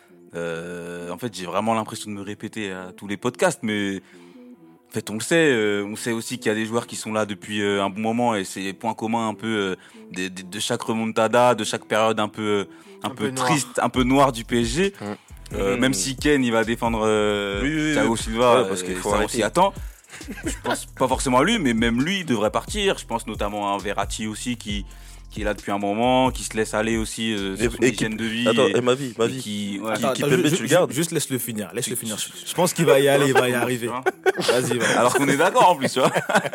Euh, en fait, j'ai vraiment l'impression de me répéter à tous les podcasts, mais en fait, on le sait. euh, on sait aussi qu'il y a des joueurs qui sont là depuis euh, un bon moment et c'est les points communs un peu euh, de, de- de chaque remontada, de chaque période un peu, un Un peu, peu noire. triste, un peu noire du P S G. Euh, Mmh. Même si Ken il va défendre euh, Oui, oui, Thiago oui. Silva, Ouais, parce qu'il euh, faut ça arrêter. aussi attend. Je pense pas forcément à lui, mais même lui devrait partir. Je pense notamment à un Verratti aussi qui, qui est là depuis un moment, qui se laisse aller aussi euh, sur Et- son et hygiène qui- de vie. Attends, et- et ma vie, ma et vie. qui, ouais. Qui- Attends, qui attends, peut ju- mettre, ju- tu le gardes. Juste laisse-le finir, laisse-le finir. Je pense qu'il va y aller, il va y arriver. Vas-y, vas-y. Alors qu'on est d'accord en plus, tu vois.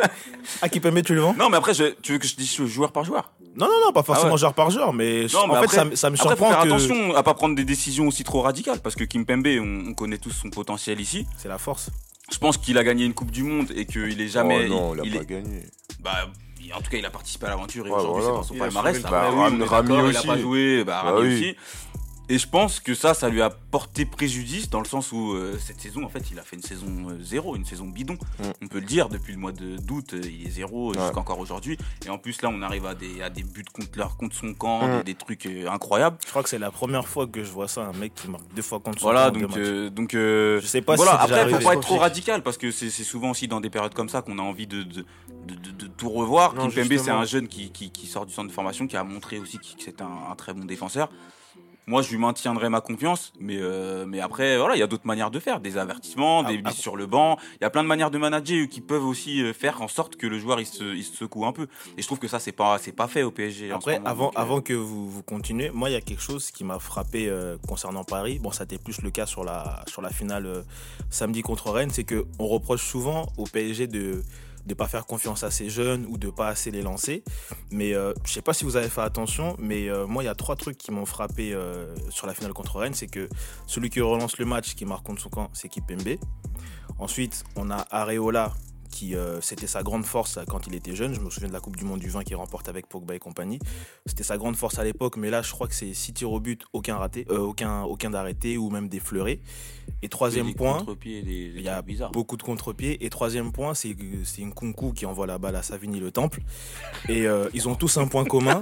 Ah, Kimpembe, tu le vends ? Non, mais après, je- tu veux que je dise joueur par joueur? Non, non, non, pas forcément Ah ouais. joueur par joueur, mais, Non, mais en après- fait, ça, me- ça me Après, faut surprend faire que attention à pas prendre des décisions aussi trop radicales, parce que Kimpembe, on, on connaît tous son potentiel ici. c'est la force. Je pense qu'il a gagné une Coupe du Monde et qu'il est jamais. Oh non, il a il pas est- gagné. Bah, il- en tout cas, il a participé à l'aventure et Ouais, aujourd'hui, voilà. c'est dans son Il a palmarès. sauvé le Après, Bah, oui, on est Rami d'accord, il a aussi. pas joué, bah, Bah Rami oui. aussi. Et je pense que ça, ça lui a porté préjudice dans le sens où euh, cette saison, en fait, il a fait une saison euh, zéro, une saison bidon. Mm. On peut le dire, depuis le mois de- d'août, euh, il est zéro Ouais. jusqu'encore aujourd'hui. Et en plus, là, on arrive à des, à des buts contre, leur, contre son camp, Mm. des, des trucs euh, incroyables. Je crois que c'est la première fois que je vois ça, un mec qui marque deux fois contre son Voilà, camp en deux donc, matchs. euh, donc euh, Je sais pas voilà. si c'est déjà Après, faut arrivé. pas être trop radical parce que c'est c'est souvent aussi dans des périodes comme ça qu'on a envie de, de, de, de- de tout revoir. Non, Kimpembe, c'est justement. un jeune qui, qui, qui sort du centre de formation, qui a montré aussi qu'il- que c'est un, un très bon défenseur. Moi, je lui maintiendrai ma confiance, mais, euh, mais après, voilà, il y a d'autres manières de faire, des avertissements, des Ah, mises sur le banc. Il y a plein de manières de manager qui peuvent aussi euh, faire en sorte que le joueur il se, il se secoue un peu. Et je trouve que ça, c'est pas, c'est pas fait au P S G. en ce Après, moment. avant, Donc, euh, avant que vous, vous continuez, moi, il y a quelque chose qui m'a frappé euh, concernant Paris. Bon, ça a été plus le cas sur la, sur la finale euh, samedi contre Rennes. C'est qu'on reproche souvent au P S G de ne pas faire confiance à ces jeunes ou de pas assez les lancer. Mais euh, je sais pas si vous avez fait attention, mais euh, moi, il y a trois trucs qui m'ont frappé euh, sur la finale contre Rennes. C'est que celui qui relance le match, qui marque contre son camp, c'est Kimpembe. Ensuite, on a Areola, qui euh, c'était sa grande force quand il était jeune. Je me souviens de la Coupe du Monde du vingt qu'il remporte avec Pogba et compagnie. C'était sa grande force à l'époque, mais là, je crois que c'est six tirs au but, aucun raté, euh, aucun, aucun d'arrêté ou même des fleurés. Et troisième des point, contre-pieds, des- des il y a trucs bizarres. beaucoup de contre-pieds. Et troisième point, c'est que c'est Nkunku qui envoie la balle à Savigny le Temple. Et euh, ils ont tous un point commun.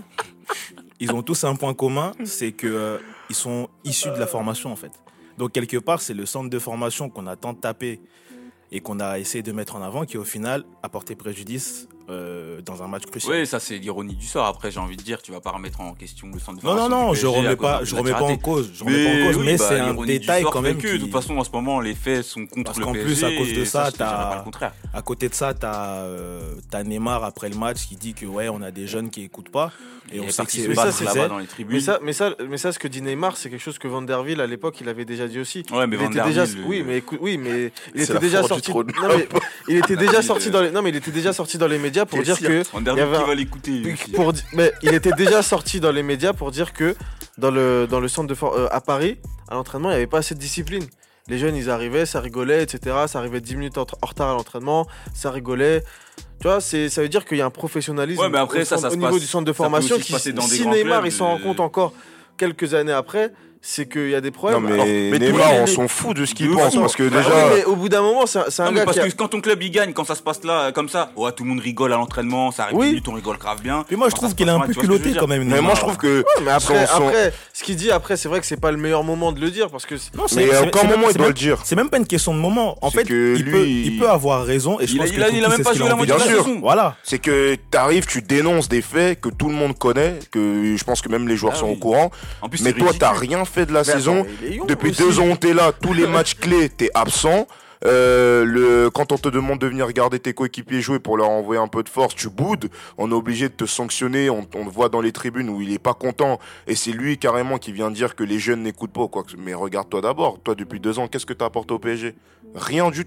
Ils ont tous un point commun, c'est que euh, ils sont issus de la formation en fait. Donc quelque part, c'est le centre de formation qu'on a tant tapé et qu'on a essayé de mettre en avant qui au final a porté préjudice euh, dans un match crucial. Oui, ça c'est l'ironie du sort. Après, j'ai envie de dire, tu vas pas remettre en question le centre de non, non, formation non, du je P S G à remets cause pas, d'un je match remets pas raté. en cause, je remets pas en cause, oui, mais bah, c'est un l'ironie du détail sort quand fait même. que, qui- de toute façon, en ce moment, les faits sont contre Parce le qu'en P S G. plus, à cause de et ça, je te dirais t'as- pas le contraire. À côté de ça, t'as euh, t'as Neymar après le match qui dit que ouais, on a des jeunes qui écoutent pas. Et Et on on sait que qui c'est se eux ça, battent qui c'est là-bas faisaient. dans les tribunes. Mais ça, mais, ça, mais ça, ce que dit Neymar, c'est quelque chose que Van der Wiel, à l'époque, il avait déjà dit aussi. Ouais, mais il Van était der déjà, Wiel, oui, euh, mais écoute, oui, mais il C'est était la déjà force du sorti. trône. Non, mais il était Van déjà der sorti Wiel, dans les. Non, mais il était déjà sorti dans les médias pour dire que. Van der il y Wiel avait qui un- va l'écouter. lui aussi. Pour, di- mais il était déjà sorti dans les médias pour dire que dans le, dans le centre de for- euh, à Paris, à l'entraînement, il n'y avait pas assez de discipline. Les jeunes, ils arrivaient, ça rigolait, et cetera. Ça arrivait dix minutes en, en retard à l'entraînement, ça rigolait. Tu vois, c'est, ça veut dire qu'il y a un professionnalisme Ouais, mais après, au, ça, centre- ça au se niveau passe- du centre de ça peut formation. aussi se Qui, passer dans des si grands Neymar, clubs, il s'en rend euh, compte encore quelques années après, c'est qu'il y a des problèmes. Non, mais, Alors, Neymar, tous les- on s'en fout de ce qu'il De pense fou. parce que Bah déjà. oui, mais au bout d'un moment, c'est un, c'est un Non, mais gars parce qui a- que quand ton club il gagne, quand ça se passe là, comme ça, ouais, tout le monde rigole à l'entraînement, ça arrive Oui. dix minutes, on rigole grave bien. Puis moi, je Quand trouve ça se qu'il est passe un mal, peu tu vois ce que je veux culotté dire. quand même. Mais moi, Neymar. je trouve que. Mais après, son- son- après, ce qu'il dit après, c'est vrai que c'est pas le meilleur moment de le dire parce que c'est- Non, c'est- Mais c'est- à c'est aucun même- moment il c'est doit même- le dire. C'est même pas une question de moment. En C'est fait, que il, lui, peut, il- il peut avoir raison. Et je Il a- pense il que a- il a Toutou, même c'est pas ce qu'il joué a la envie de moitié de la dire. saison. Voilà. C'est que t'arrives, tu dénonces des faits que tout le monde connaît, que je pense que même les joueurs Ah sont oui. au courant. En plus, Mais c'est toi, t'as ridicule. rien fait de la Mais saison. attends, mais il est young Depuis aussi. deux ans, t'es là. Tous les matchs clés, t'es absent. Euh, le, quand on te demande de venir regarder tes coéquipiers jouer pour leur envoyer un peu de force, tu boudes. On est obligé de te sanctionner. On, on le voit dans les tribunes où il est pas content. Et c'est lui carrément qui vient dire que les jeunes n'écoutent pas. Quoi. Mais regarde-toi d'abord. Toi, depuis deux ans, qu'est-ce que t'as apporté au P S G ? Rien du tout.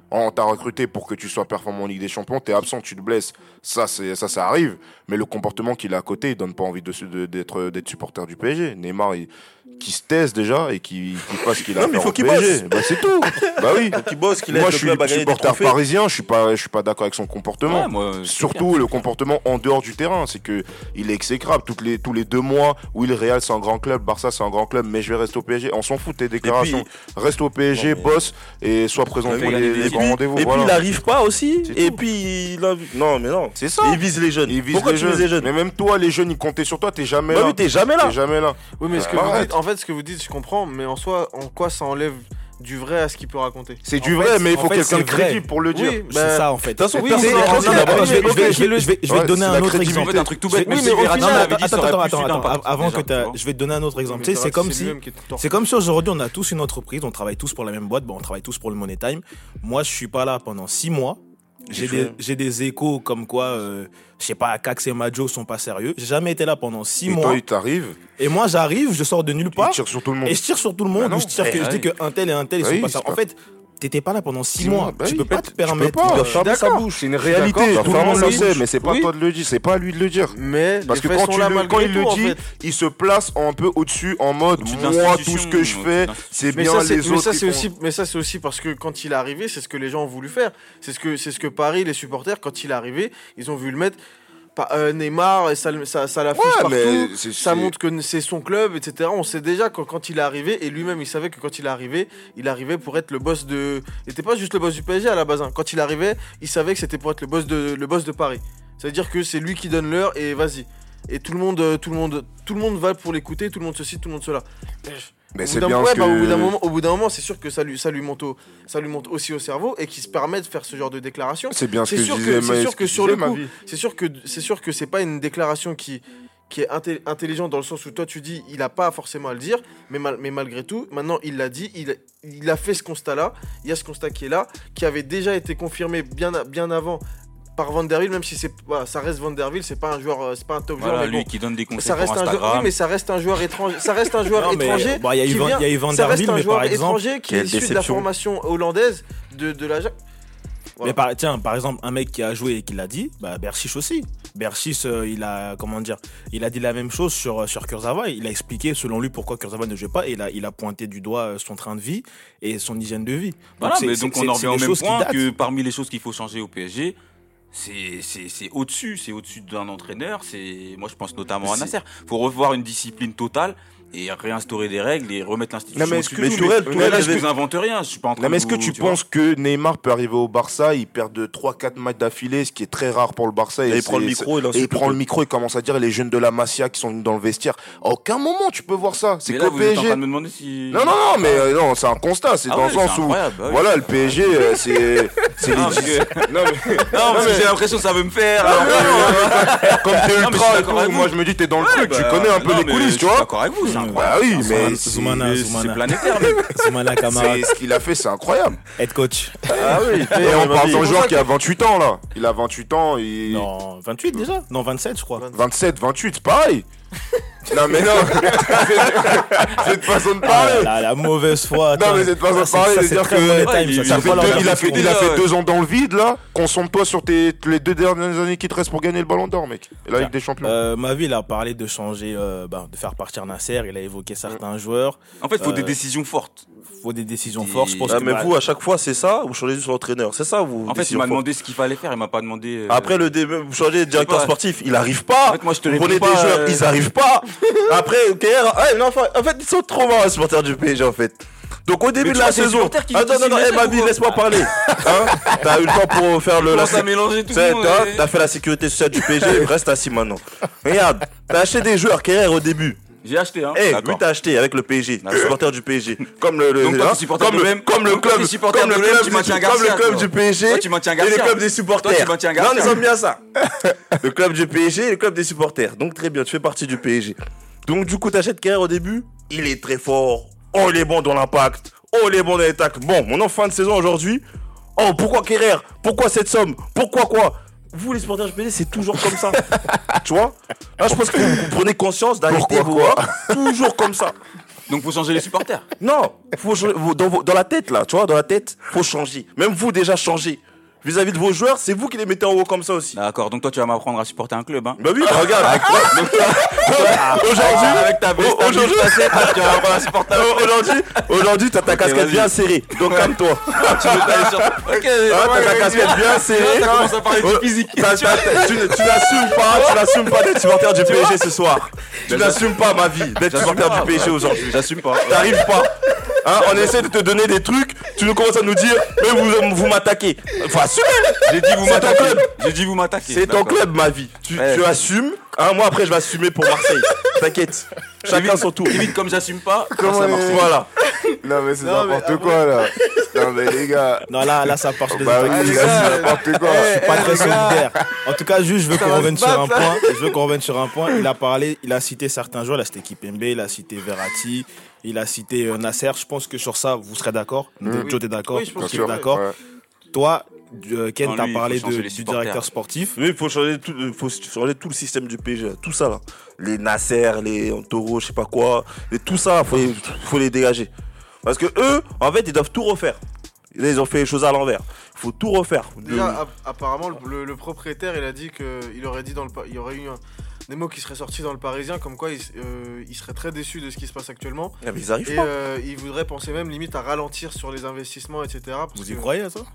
On t'a recruté pour que tu sois performant en Ligue des Champions, t'es absent, tu te blesses. Ça, c'est, ça, ça arrive. Mais le comportement qu'il a à côté, il donne pas envie de, de, d'être, d'être supporter du P S G. Neymar, il, qui se taise déjà et qui, qui fasse ce qu'il a Non, fait mais il faut au qu'il P S G. bosse. Bah, c'est tout. Bah oui. Faut qu'il bosse, qu'il Moi, aide je le suis club à gagner des supporter trophées. parisien, je suis pas, je suis pas d'accord avec son comportement. Ouais, moi, c'est Surtout clair. le comportement en dehors du terrain, c'est que il est exécrable. Toutes les, tous les deux mois, oui, le Real c'est un grand club, Barça c'est un grand club, mais je vais rester au P S G. On s'en fout de tes déclarations. Reste au P S G, Non, mais- bosse et sois présent Oui, pour oui, les, oui, les oui. grands rendez-vous. Et voilà. puis il arrive pas aussi. C'est Et tout. puis il a... non mais non. C'est ça. Il vise les jeunes. Il vise Pourquoi les tu jeunes. vises les jeunes Mais même toi, les jeunes, ils comptaient sur toi. T'es jamais Bah là. oui, t'es jamais là. T'es jamais là. Oui, mais ce que Euh, vous arrête. dites, en fait, ce que vous dites, je comprends, mais en soi, en quoi ça enlève du vrai à ce qu'il peut raconter? C'est En du fait, vrai, mais il en faut fait, quelqu'un de c'est vrai. crédible pour le dire. Oui, C'est bah, ça en fait. De toute façon, Oui, personne- oui, ok, non, ok, non, ok, d'abord, ok, je vais- je ok, vais- ok. je vais- je vais- je vais Ouais, te donner c'est un la autre crédibilité. exemple. En fait, un truc tout bête, Oui, même mais si au Verratti final- l'avait dit, Attends, ça aurait attends, pu attends, suivre attends, d'impact, avant déjà, que tu t'as- vois. je vais te donner un autre exemple. Tu sais, Verratti, c'est comme c'est si, lui-même qui est torse. c'est comme si aujourd'hui on a tous une entreprise, on travaille tous pour la même boîte, bon, on travaille tous pour le Money Time. Moi, je suis pas là pendant six mois. J'ai des, j'ai des échos comme quoi, euh, je sais pas, Cax et Majo sont pas sérieux. J'ai jamais été là pendant six Et mois. toi, il t'arrive, Et moi, j'arrive, je sors de nulle il part. tire sur tout le monde. Et je tire sur tout le monde, Bah non. ou je, tire que, Eh, je dis ouais. que un tel et un tel, ils Oui, sont pas c'est sérieux. pas- En fait, t'étais pas là pendant six Six mois. mois, bah tu oui, peux pas tu te peux permettre. pas. de- Il doit fermer sa d'accord. bouche. C'est une suis réalité, d'accord, tout le ferme monde sa le sait, bouche. mais c'est pas Oui. toi de le dire, c'est pas à lui de le dire. Mais Parce les que faits quand, sont tu là le, malgré quand il tout, le en dit, fait. il se place un peu au-dessus, en mode Au-dessus de moi, l'institution, tout ce que je au-dessus fais, de c'est Mais bien ça, c'est, les mais autres. ça, qui c'est font. aussi, mais ça, c'est aussi parce que quand il est arrivé, c'est ce que les gens ont voulu faire. C'est ce que, c'est ce que Paris, les supporters, quand il est arrivé, ils ont voulu le mettre. Pas- euh, Neymar, et ça, ça, ça l'affiche Ouais, partout. mais c'est- Ça c'est- montre que c'est son club, et cetera. On sait déjà que quand il est arrivé, et lui-même, il savait que quand il est arrivé, il arrivait pour être le boss de. Il n'était pas juste le boss du P S G à la base. hein. Quand il arrivait, il savait que c'était pour être le boss de, le boss de Paris. C'est-à-dire que c'est lui qui donne l'heure et vas-y. Et tout le monde, euh, tout le monde, tout le monde va pour l'écouter, tout le monde ceci, tout le monde cela. Mais Au c'est bout d'un- bien ouais, ce bah, au bout d'un que. moment, au bout d'un moment, c'est sûr que ça lui, ça lui monte, au- ça lui monte aussi au cerveau et qu'il se permet de faire ce genre de déclaration. C'est bien ce C'est que sûr je que- disais, c'est mais sûr ce que je sur le disais, ma coup, vie. C'est sûr que c'est sûr que c'est pas une déclaration qui qui est inté- intelligente dans le sens où toi tu dis il a pas forcément à le dire, mais, mal- mais malgré tout, maintenant il l'a dit, il, il a fait ce constat-là, il y a ce constat qui est là, qui avait déjà été confirmé bien, a- bien avant par Van der Wiel, même si c'est voilà, ça reste Van der Wiel, c'est pas un joueur, euh, c'est pas un top Voilà, joueur, mais lui bon. qui donne des conseils Ça reste pour un joueur, oui, Instagram. mais ça reste un joueur étranger. Ça reste un joueur Non, mais, étranger. bon, il y a eu qui Van- vient- il y a eu Van ça der reste Wiel, un mais joueur par exemple, étranger qui est quelle issu de la déception. formation hollandaise de, de la. Voilà. Mais par, tiens, par exemple, un mec qui a joué et qui l'a dit, bah Berchiche aussi. Berchiche, euh, il a, comment dire, il a dit la même chose sur, sur Kurzawa. Il a expliqué, selon lui, pourquoi Kurzawa ne jouait pas. Et il a, il a pointé du doigt euh, son train de vie et son hygiène de vie. Voilà, c'est- mais c'est- donc c'est- on en c'est revient au des même choses qui point datent. que parmi les choses qu'il faut changer au P S G, c'est c'est c'est au-dessus, c'est au-dessus d'un entraîneur. C'est moi je pense notamment à C'est- Nasser. Faut revoir une discipline totale et réinstaurer des règles et remettre l'institution. Non, mais est-ce au-dessus que de tu- tout. Tourelle- Mais Tourelle là, je avait- vous invente rien. Je suis pas en train Non, mais de est-ce que vous- tu tu vois. penses que Neymar peut arriver au Barça, il perd de trois quatre matchs d'affilée, ce qui est très rare pour le Barça. Et et il prend le c'est- micro, il Et il insulte prend le le micro et commence à dire les jeunes de la Masia qui sont venus dans le vestiaire. À aucun moment tu peux voir ça. C'est Mais là, qu'au vous êtes en P S G. train de me demander si. Non, non, non, mais euh, non, c'est un constat. C'est Ah dans ouais, le sens c'est où. incroyable, bah oui. Voilà, le P S G, euh, c'est. C'est les Non, parce dix- que- Non, mais. Non, parce que j'ai l'impression que ça veut me faire. alors que- Comme t'es Non, mais je suis ultra et d'accord avec tout, vous. moi je me dis t'es dans le Ouais, truc, tu bah, connais un peu non, les mais coulisses, je tu suis vois. d'accord avec vous, c'est Bah incroyable. oui, mais. Zoumana, C'est- Zoumana. C'est planétaire, mec. Zoumana, camarade, C'est ce qu'il a fait, c'est incroyable. head coach. Ah oui. Et on parle d'un joueur ça qui a vingt-huit ans là. Il a vingt-huit ans, il. Non, vingt-huit déjà. Non, vingt-sept, je crois. vingt-sept, vingt-huit, pareil. Non mais non, cette façon de Ah, parler. la, la mauvaise foi. Non attends. mais cette façon de Ça, c'est- parler, ça, de c'est dire très que Money Ouais, Time, il- ça, il ça Ça fait fait pas deux- leur il a fait, discours. il a là, fait ouais. deux ans dans le vide là. Concentre-toi sur tes, les deux dernières années qui te restent pour gagner le Ballon d'Or, mec. Et la Ligue des Champions. Euh, ma ville a parlé de changer, euh, bah, de faire partir Nasser. Il a évoqué certains joueurs. En fait, il faut des Euh, décisions fortes. Faut des décisions Et- fortes. Je pense Ah, que mais bah, vous, à chaque fois, c'est ça, vous changez sur l'entraîneur. C'est ça, vous. En fait, il décision m'a forte. demandé ce qu'il fallait faire. Il m'a pas demandé. euh, Après, le dé- vous changez de directeur pas. sportif, il arrive pas. En fait, moi, je te Vous réponds prenez pas, des joueurs, euh, ils arrivent pas. Après, ok, ouais, non, enfin, en fait, ils sont trop marrants, les supporters du P S G, en fait. Donc, au début Mais de tu la vois, c'est les saison. supporters qui Attends, disent non, non, si eh, Nasser ma ou vie, quoi laisse-moi parler. Hein T'as eu le temps pour faire le. commence la- à mélanger tout T'as le monde. t'as- ouais. t'as fait la sécurité sociale du P S G, reste assis maintenant. Regarde, t'as acheté des joueurs Kerrer au début. J'ai acheté, hein. Eh, D'accord. lui t'as acheté avec le P S G, D'accord. supporter du P S G. Comme le, le Donc, toi, hein, t'es supporter comme de le, l'O M. comme le Donc, toi, club, t'es supporter comme de le l'O M, club, tu du- maintiens comme Garcia, le club toi. du P S G. Toi, tu maintiens Et le Garcia. club des supporters. Toi, tu maintiens Non, Garcia. ils aiment bien ça. Le club du P S G et le club des supporters. Donc très bien, tu fais partie du P S G. Donc du coup, t'achètes Kerrer au début, il est très fort. Oh, il est bon dans l'impact. Oh, il est bon dans les tacles. Bon, mon en fin de saison aujourd'hui. Oh, pourquoi Kerrer? Pourquoi cette somme? Pourquoi quoi? Vous, les supporters du P S G, c'est toujours comme ça. Tu vois? Là, je pense que vous, vous prenez conscience d'arrêter Pourquoi vos quoi toujours comme ça. Donc faut changer les supporters. Non, faut changer- vous- dans, vos- dans la tête là, tu vois, dans la tête, faut changer. Même vous déjà changez. Vis-à-vis de vos joueurs, c'est vous qui les mettez en haut comme ça aussi. D'accord, donc toi tu vas m'apprendre à supporter un club, hein. Bah oui, bah regarde. Aujourd'hui, avec ta veste, ta aujourd'hui, veste passée, tu vas apprendre à supporter un club. aujourd'hui, aujourd'hui, t'as ta casquette vas-y. bien serrée. Donc calme-toi. Tu veux t'aller sur. Ok, Ah, t'as ta casquette bien serrée. T'as commencé à parler Oh, du physique. t'as- t'as- t'as- Tu tu n'assumes pas, tu n'assumes pas d'être supporter du P S G ce soir. Tu Mais n'assumes pas ma vie d'être J'assume supporter pas, du P S G ouais. aujourd'hui. J'assume pas. T'arrives pas. Hein, on essaie de te donner des trucs, tu nous commences à nous dire, mais vous, vous m'attaquez. Faut assumer. J'ai dit vous C'est ton m'attaquez. club. J'ai dit vous m'attaquez. C'est ton D'accord. club, ma vie. Tu, Ouais. tu assumes. Hein, moi, après, je vais assumer pour Marseille. T'inquiète. Chacun son tour. Limite comme j'assume pas. Comment ça les- marche. Voilà. Non, mais c'est Non, mais n'importe après- quoi là. Non, mais les gars. Non, là, là, ça part sur des Bah oui, attaques. les les gars, gars, c'est n'importe quoi. Je suis pas Eh, très les gars. solidaire. En tout cas, juste, je veux Ça qu'on va revienne se sur un battre, là. point. Je veux qu'on revienne sur un point. Il a parlé, il a cité certains joueurs. Là, c'était Kipembe, il a cité Verratti, il a cité euh, Nasser. Je pense que sur ça, vous serez d'accord. Mm. Joe, t'es d'accord. Oui, je pense Bien Tu es sûr. d'accord. Ouais. Toi, euh, Ken, Non, t'as lui, il faut parlé changer de- les du supporters. directeur sportif. Oui, il faut changer tout, euh, faut changer tout le système du P S G, là. Tout ça là. Les Nasser, les Antoro, je sais pas quoi. Et tout ça, faut les, faut les dégager. Parce que eux, en fait, ils doivent tout refaire. Là, ils ont fait les choses à l'envers. Il faut tout refaire. Déjà, Le- app- apparemment, le, le- le propriétaire, il a dit qu'il aurait dit dans le, pa- il y aurait eu un- des mots qui seraient sortis dans le Parisien, comme quoi il, s- euh, il serait très déçu de ce qui se passe actuellement. Ah, mais ils arrivent Et pas. euh, il voudrait penser même limite à ralentir sur les investissements, et cetera. parce Vous y que- croyez à ça?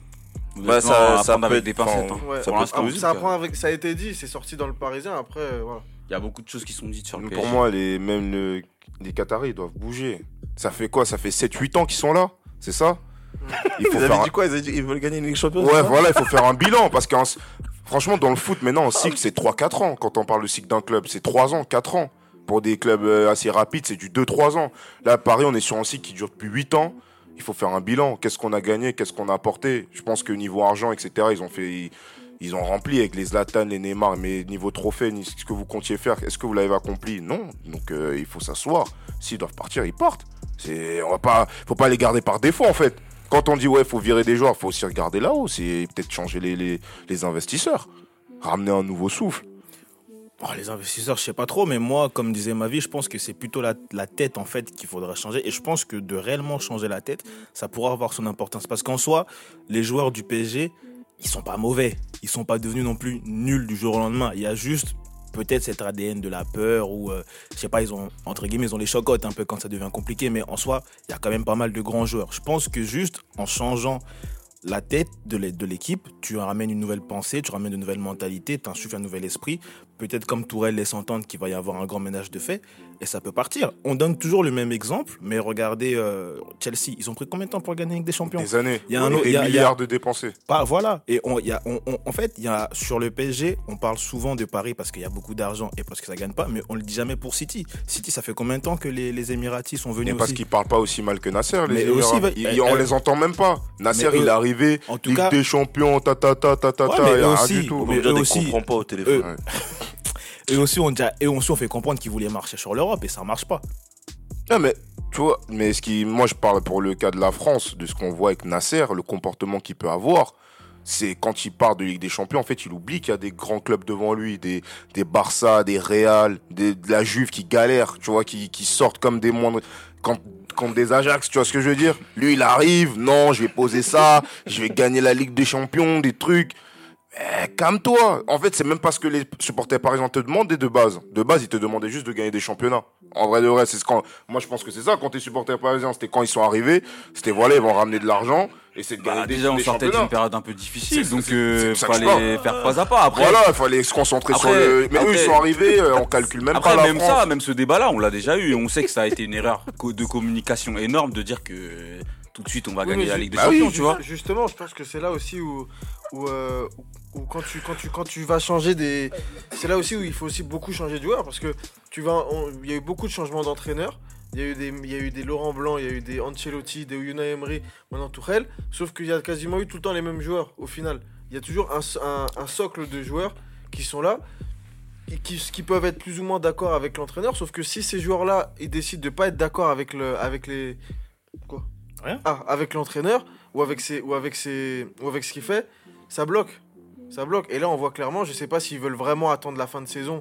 Bah, ça- Honnêtement, à ça prendre peut avec être- des pincettes. enfin, hein. Ouais, Ça Pour peut l'instant, Ah, oui, ça, donc, apprend euh, avec, ça a été dit, c'est sorti dans le Parisien. Après, euh, voilà. Il y a beaucoup de choses qui sont dites sur le P S Pour G. moi, les, même le- les Qataris ils doivent bouger. Ça fait quoi? Ça fait sept huit ans qu'ils sont là? C'est ça? Il faut Ils avaient faire dit quoi? Ils avaient dit qu'ils veulent gagner une Ligue Champion. un... Ouais, voilà, il faut faire un bilan. Parce que franchement, dans le foot, maintenant, en cycle, c'est trois quatre ans. Quand on parle de cycle d'un club, c'est trois ans, quatre ans. Pour des clubs euh, assez rapides, c'est du deux trois ans. Là, Paris, on est sur un cycle qui dure depuis huit ans. Il faut faire un bilan. Qu'est-ce qu'on a gagné? Qu'est-ce qu'on a apporté? Je pense que niveau argent, et cetera, ils ont fait... Ils, ils ont rempli avec les Zlatan, les Neymar, mais niveau trophée, ni ce que vous comptiez faire, est-ce que vous l'avez accompli? Non. Donc euh, il faut s'asseoir. S'ils doivent partir, ils partent. C'est, on va pas, faut pas les garder par défaut en fait. Quand on dit ouais, faut virer des joueurs, faut aussi regarder là-haut. C'est peut-être changer les, les, les investisseurs, ramener un nouveau souffle. Oh, les investisseurs, je sais pas trop, mais moi, comme disait ma vie, je pense que c'est plutôt la, la tête en fait qu'il faudrait changer. Et je pense que de réellement changer la tête, ça pourra avoir son importance. Parce qu'en soi, les joueurs du P S G, ils sont pas mauvais. Ils sont pas devenus non plus nuls du jour au lendemain. Il y a juste peut-être cet A D N de la peur ou euh, je sais pas, ils ont entre guillemets, ils ont les chocottes un peu quand ça devient compliqué. Mais en soi, il y a quand même pas mal de grands joueurs. Je pense que juste en changeant la tête de l'é- de l'équipe, tu ramènes une nouvelle pensée, tu ramènes une nouvelle mentalité, tu insuffles un nouvel esprit. Peut-être comme Tourelle laisse entendre qu'il va y avoir un grand ménage de fait et ça peut partir. On donne toujours le même exemple, mais regardez euh, Chelsea, ils ont pris combien de temps pour gagner avec des champions? Des années. Il y a un Et autre- des il y a- il y a- milliards de dépensés. Pas, voilà. Et on, il y a, on, on- en fait, il y a, sur le P S G, on parle souvent de Paris parce qu'il y a beaucoup d'argent et parce que ça gagne pas, mais on le dit jamais pour City. City, ça fait combien de temps que les, les Émiratis sont venus Mais parce aussi? qu'ils parlent pas aussi mal que Nasser, les Mais Émirats. aussi, va- Ils- euh, on euh, les entend même pas. Nasser, mais il eux- est arrivé, en tout Ligue cas- des Champions, ta ta ta ta ta Ouais, ta, mais il y a eux rien aussi, du tout. On mais me dit eux qu'on aussi- comprend pas au téléphone. eux- Ouais. Et aussi, on, déjà, et aussi, on fait comprendre qu'ils voulaient marcher sur l'Europe et ça marche pas. Ah, mais tu vois, mais ce qui, moi je parle pour le cas de la France, de ce qu'on voit avec Nasser, le comportement qu'il peut avoir, c'est quand il part de Ligue des Champions, en fait, il oublie qu'il y a des grands clubs devant lui, des, des Barça, des Real, des, de la Juve qui galèrent, tu vois, qui, qui sortent comme des moindres, quand, contre des Ajax, tu vois ce que je veux dire? Lui, il arrive, non, je vais poser ça, je vais gagner la Ligue des Champions, des trucs. Eh, calme-toi. En fait, c'est même pas ce que les supporters parisiens te demandaient de base. De base, ils te demandaient juste de gagner des championnats. En vrai de vrai, c'est ce quand, moi je pense que c'est ça, quand t'es supporter parisien, c'était quand ils sont arrivés, c'était voilà, ils vont ramener de l'argent, et c'est de gagner Bah, des, déjà, on des sortait championnats. d'une période un peu difficile, C'est- donc c'est- euh, c'est de ça que je fallait faire pas à pas. Après, Voilà, il fallait se concentrer Après- sur le. Mais eux, après- ils sont arrivés, euh, on calcule même Après, pas la même France. ça, même ce débat-là, on l'a déjà eu. On sait que ça a été une erreur co- de communication énorme de dire que euh, tout de suite on va Oui, gagner mais la ju- Ligue des bah oui, Champions, Ju- tu vois. Justement, je pense que c'est là aussi où, où, euh, où- où quand, tu, quand, tu, quand tu vas changer des. C'est là aussi où il faut aussi beaucoup changer de joueurs parce que tu vas. on- Il y a eu beaucoup de changements d'entraîneurs. Il y, a eu des, il y a eu des Laurent Blanc, il y a eu des Ancelotti, des Unai Emery, maintenant Tourelle. Sauf qu'il y a quasiment eu tout le temps les mêmes joueurs au final. Il y a toujours un, un- un socle de joueurs qui sont là, et qui, qui peuvent être plus ou moins d'accord avec l'entraîneur. Sauf que si ces joueurs-là, ils décident de pas être d'accord avec, le, avec les. Quoi Rien. Ah, avec l'entraîneur ou avec, ses, ou, avec ses, ou avec ce qu'il fait, ça bloque. Ça bloque. Et là, on voit clairement, je sais pas s'ils veulent vraiment attendre la fin de saison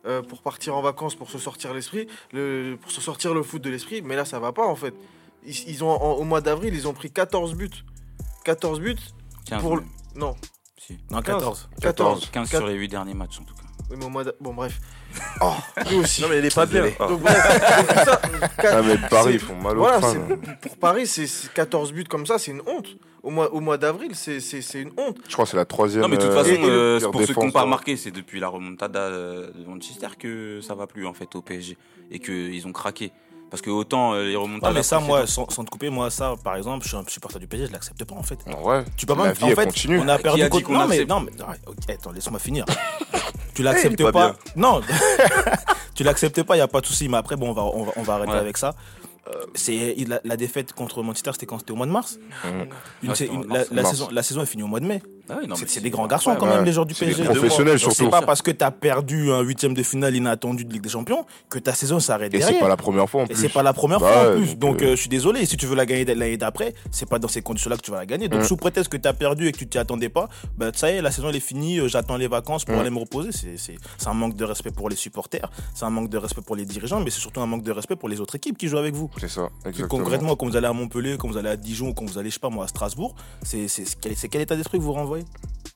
euh, pour partir en vacances, pour se sortir l'esprit, le, pour se sortir le foot de l'esprit. Mais là, ça va pas en fait. Ils, ils ont, en, au mois d'avril, ils ont pris quatorze buts. quatorze buts quinze, pour... même. Non. Si. Non, quatorze. quatorze. quinze sur les huit derniers matchs en tout cas. Oui, mais au mois d'a- Bon, bref. Oh, lui aussi. Non, mais il est pas bien. Ah. Donc, bref, donc, ça, Ah, mais Paris, c'est- ils font mal au Voilà, crâne. c'est- pour Paris, c'est c'est quatorze buts comme ça, c'est une honte. Au mois, au mois d'avril, c'est c'est- c'est une honte. Je crois que c'est la troisième. Non mais de toute euh, façon, et- et le euh, pire pour ceux qui n'ont défense, pas hein. remarqué, c'est depuis la remontada euh, de Manchester que ça va plus en fait au P S G et qu'ils ont craqué. Parce que autant euh, les remontadas. Ouais, mais ça, moi, précédentes- sans, sans te couper, moi, ça, par exemple, je suis un supporter du P S G, je l'accepte pas en fait. Ouais. Tu peux La pas. vie, En elle fait, continue. on a Qui perdu a dit contre. qu'on Non, mais accepte non, mais ouais, ok, attends, laisse-moi finir. Tu il l'acceptes est pas pas. bien. Non, tu l'acceptes pas, il y a pas de souci. Mais après, bon, on va, on va, on va arrêter Ouais. avec ça. Euh, c'est la, la défaite contre Manchester, c'était quand? C'était au mois de mars. Mmh. Une- Ouais, c'est c'était une- en la, mars. la Mars. saison, la saison est finie au mois de mai. Ah oui, non, C'est mais c'est des grands garçons quand Ouais. même, les joueurs du C'est P S des G. professionnels Donc, surtout. C'est pas parce que tu as perdu un huitième de finale inattendu de Ligue des Champions que ta saison s'arrête Et derrière. c'est pas la première fois en Et plus. c'est pas la première Bah fois en ouais, plus. donc, Donc euh, euh, je suis désolé, si tu veux la gagner l'année d'après, c'est pas dans ces conditions-là que tu vas la gagner. Donc Mm. sous prétexte que tu as perdu et que tu t'y attendais pas, bah ça y est, la saison elle est finie, euh, j'attends les vacances pour Mm. aller me reposer. C'est, c'est, c'est un manque de respect pour les supporters, c'est un manque de respect pour les dirigeants, mais c'est surtout un manque de respect pour les autres équipes qui jouent avec vous. C'est ça, Plus exactement. concrètement, quand vous allez à Montpellier, quand vous allez à Dijon, ou quand vous allez, je sais pas moi, à Strasbourg, c'est, c'est, c'est, quel, c'est quel état d'esprit que vous renvoyez?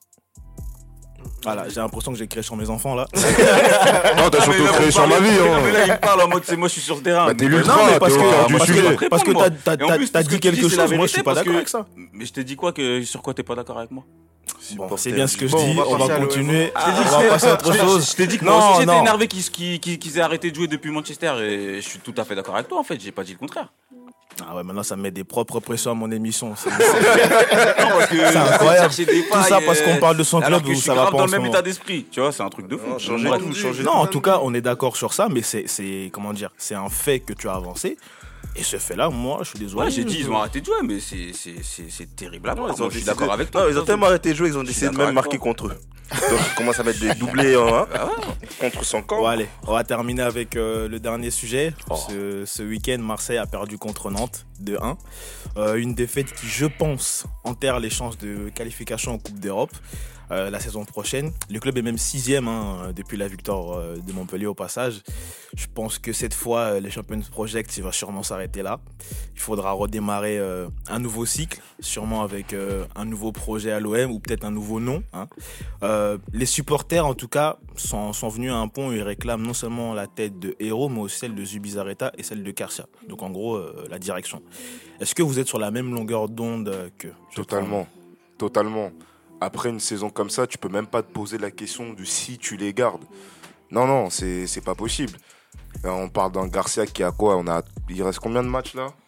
Voilà, j'ai l'impression que j'ai créé sur mes enfants là. Non, t'as surtout Mais là, créé vous sur ma parlez- vie. Non, mais Hein. là, il me parle en mode c'est moi je suis sur le terrain. Bah, t'es Mais- l'ultra, Non, mais parce t'es que, au cœur du parce que, sujet. parce que t'as, t'as, Et en t'as- plus, t'as tout ce dit que tu quelque dis, c'est la chose, moi je suis vérité, pas parce d'accord que- avec ça. Mais je t'ai dit quoi que sur quoi t'es pas d'accord avec moi? Bon, c'est bien ce que je Bon, dis, on va on va passer à l'O M. continuer, Ah, on va passer à autre chose. Je t'ai dit que Non, moi aussi j'étais non. énervé qu'ils qu'ils- qu'ils- qu'ils aient arrêté de jouer depuis Manchester et je suis tout à fait d'accord avec toi en fait, j'ai pas dit le contraire. Ah ouais, maintenant ça me met des propres pressions à mon émission. C'est, Non, parce que c'est incroyable. chercher des Tout ça failles, parce qu'on euh, parle de son alors club que où je suis ça va grave pas dans en le ce même moment. état d'esprit. Tu vois, c'est un truc de fou. Non, changer Bref. tout, changer Non, en tout cas, on est d'accord sur ça, mais c'est, c'est comment dire, c'est un fait que tu as avancé. Et ce fait-là, moi, je suis désolé. Ouais, j'ai dit je- ils ont arrêté de jouer, mais c'est c'est c'est c'est terrible à voir. Non, ils Moi, ont je suis décidé- d'accord avec toi. Non, ils ont tellement arrêté de jouer, ils ont décidé de d'accord même avec marquer toi. contre eux. Donc ils commencent à mettre des doublés en un contre son camp. Bon, allez, on va terminer avec euh, le dernier sujet. Oh. Ce, ce week-end, Marseille a perdu contre Nantes deux un. Euh, une défaite qui, je pense, enterre les chances de qualification en Coupe d'Europe euh, la saison prochaine. Le club est même sixième hein, depuis la victoire euh, de Montpellier au passage. Je pense que cette fois, euh, les Champions Project, il va sûrement s'arrêter là. Il faudra redémarrer euh, un nouveau cycle, sûrement avec euh, un nouveau projet à l'O M ou peut-être un nouveau nom. Hein. Euh, les supporters, en tout cas, sont, sont venus à un pont et réclament non seulement la tête de Hérault, mais aussi celle de Zubizarreta et celle de Garcia. Donc en gros, euh, la direction. Est-ce que vous êtes sur la même longueur d'onde que je Totalement. Totalement. Après une saison comme ça, tu peux même pas te poser la question de si tu les gardes. Non, non, c'est c'est pas possible. Euh, On parle d'un Garcia qui a quoi on a, Il reste combien de matchs là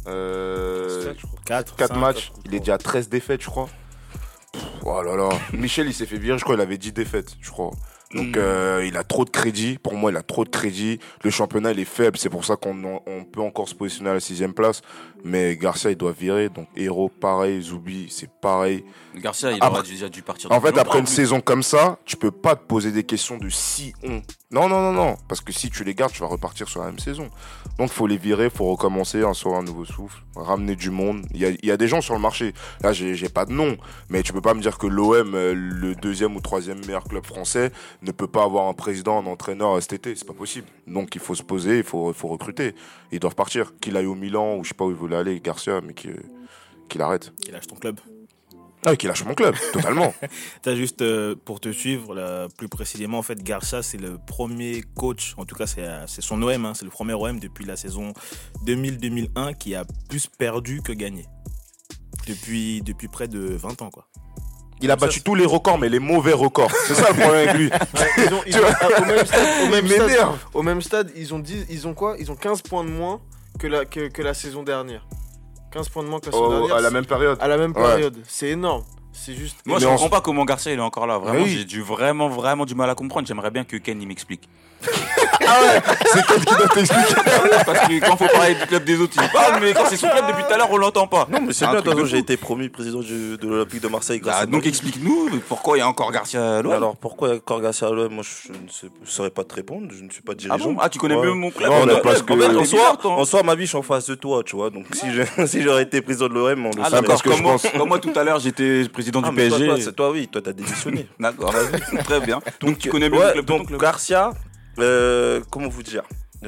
euh, quatre, quatre cinq, matchs. Il est déjà à treize défaites, je crois. Pff, Oh là là. Michel, il s'est fait virer, je crois, il avait dix défaites, je crois. Donc, Mm. euh, il a trop de crédit. Pour moi, il a trop de crédit. Le championnat, il est faible. C'est pour ça qu'on en- on peut encore se positionner à la sixième place. Mais Garcia, il doit virer. Donc, Hérault, pareil. Zoubi, c'est pareil. Garcia, il Après- aurait déjà dû partir. En depuis fait, longtemps, après une en plus. saison comme ça, tu peux pas te poser des questions de si on. Non, non, non, non. Parce que si tu les gardes, tu vas repartir sur la même saison. Donc, faut les virer, faut recommencer, un sur un nouveau souffle, ramener du monde. Il y a, il y a des gens sur le marché. Là, j'ai j'ai pas de nom, mais tu peux pas me dire que l'O M, euh, le deuxième ou troisième meilleur club français, ne peut pas avoir un président, un entraîneur euh, cet été. C'est pas possible. Donc, il faut se poser, il faut, il faut recruter. Ils doivent partir. Qu'il aille au Milan ou je sais pas où il voulait aller, Garcia, mais qu'il qu'il arrête. Il lâche ton club. Ah, qu'il lâche mon club, totalement. T'as juste euh, pour te suivre, là, plus précisément, en fait, Garcia, c'est le premier coach, en tout cas, c'est, euh, c'est son O M, hein, c'est le premier O M depuis la saison deux mille deux mille un qui a plus perdu que gagné. Depuis, depuis près de vingt ans, quoi. Il a battu tous les records, mais les mauvais records. C'est ça le problème avec lui. Ouais, ils ont, ils Tu ont- vois, ah, au même stade, au même il stade, m'énerve. au même stade, ils ont dix, ils ont quoi Ils ont quinze points de moins que la, que, que la saison dernière. quinze points de moins que la saison Au- dernière. à la c'est- même période. à la même Ouais. période. C'est énorme. C'est juste. Moi, Mais je on comprends s- pas comment Garcia il est encore là. Vraiment, Mais oui. j'ai du vraiment, vraiment du mal à comprendre. J'aimerais bien que Ken il m'explique. Ah ouais, c'est Ken qui doit t'expliquer. Parce que quand faut parler du club des autres, il parle, mais quand c'est son club depuis tout à l'heure, on l'entend pas. Non, mais c'est un bien, de truc toute façon, de j'ai fou. été promu président du- de l'Olympique de Marseille grâce Bah, à donc Manu. explique-nous pourquoi il y a encore Garcia à l'O M. Alors pourquoi il y a encore Garcia à l'O M? Moi je ne sais- saurais pas te répondre, je ne suis pas Ah dirigeant. bon? Ah, tu connais Ouais. mieux mon club? Non, Ouais, parce ouais, que- en fait, En t'es soi, bizarre, toi. en soi, ma vie, je suis en face de toi, tu vois. Donc si je- si j'aurais été président de l'O M, on le Ah saurait. d'accord, que je comme, moi- pense- comme moi tout à l'heure j'étais président Ah, du mais P S toi, G. toi, c'est toi, oui, toi t'as démissionné. D'accord, très bien. Donc tu connais mieux Ouais, le club de ton donc club. Garcia, Euh, comment vous dire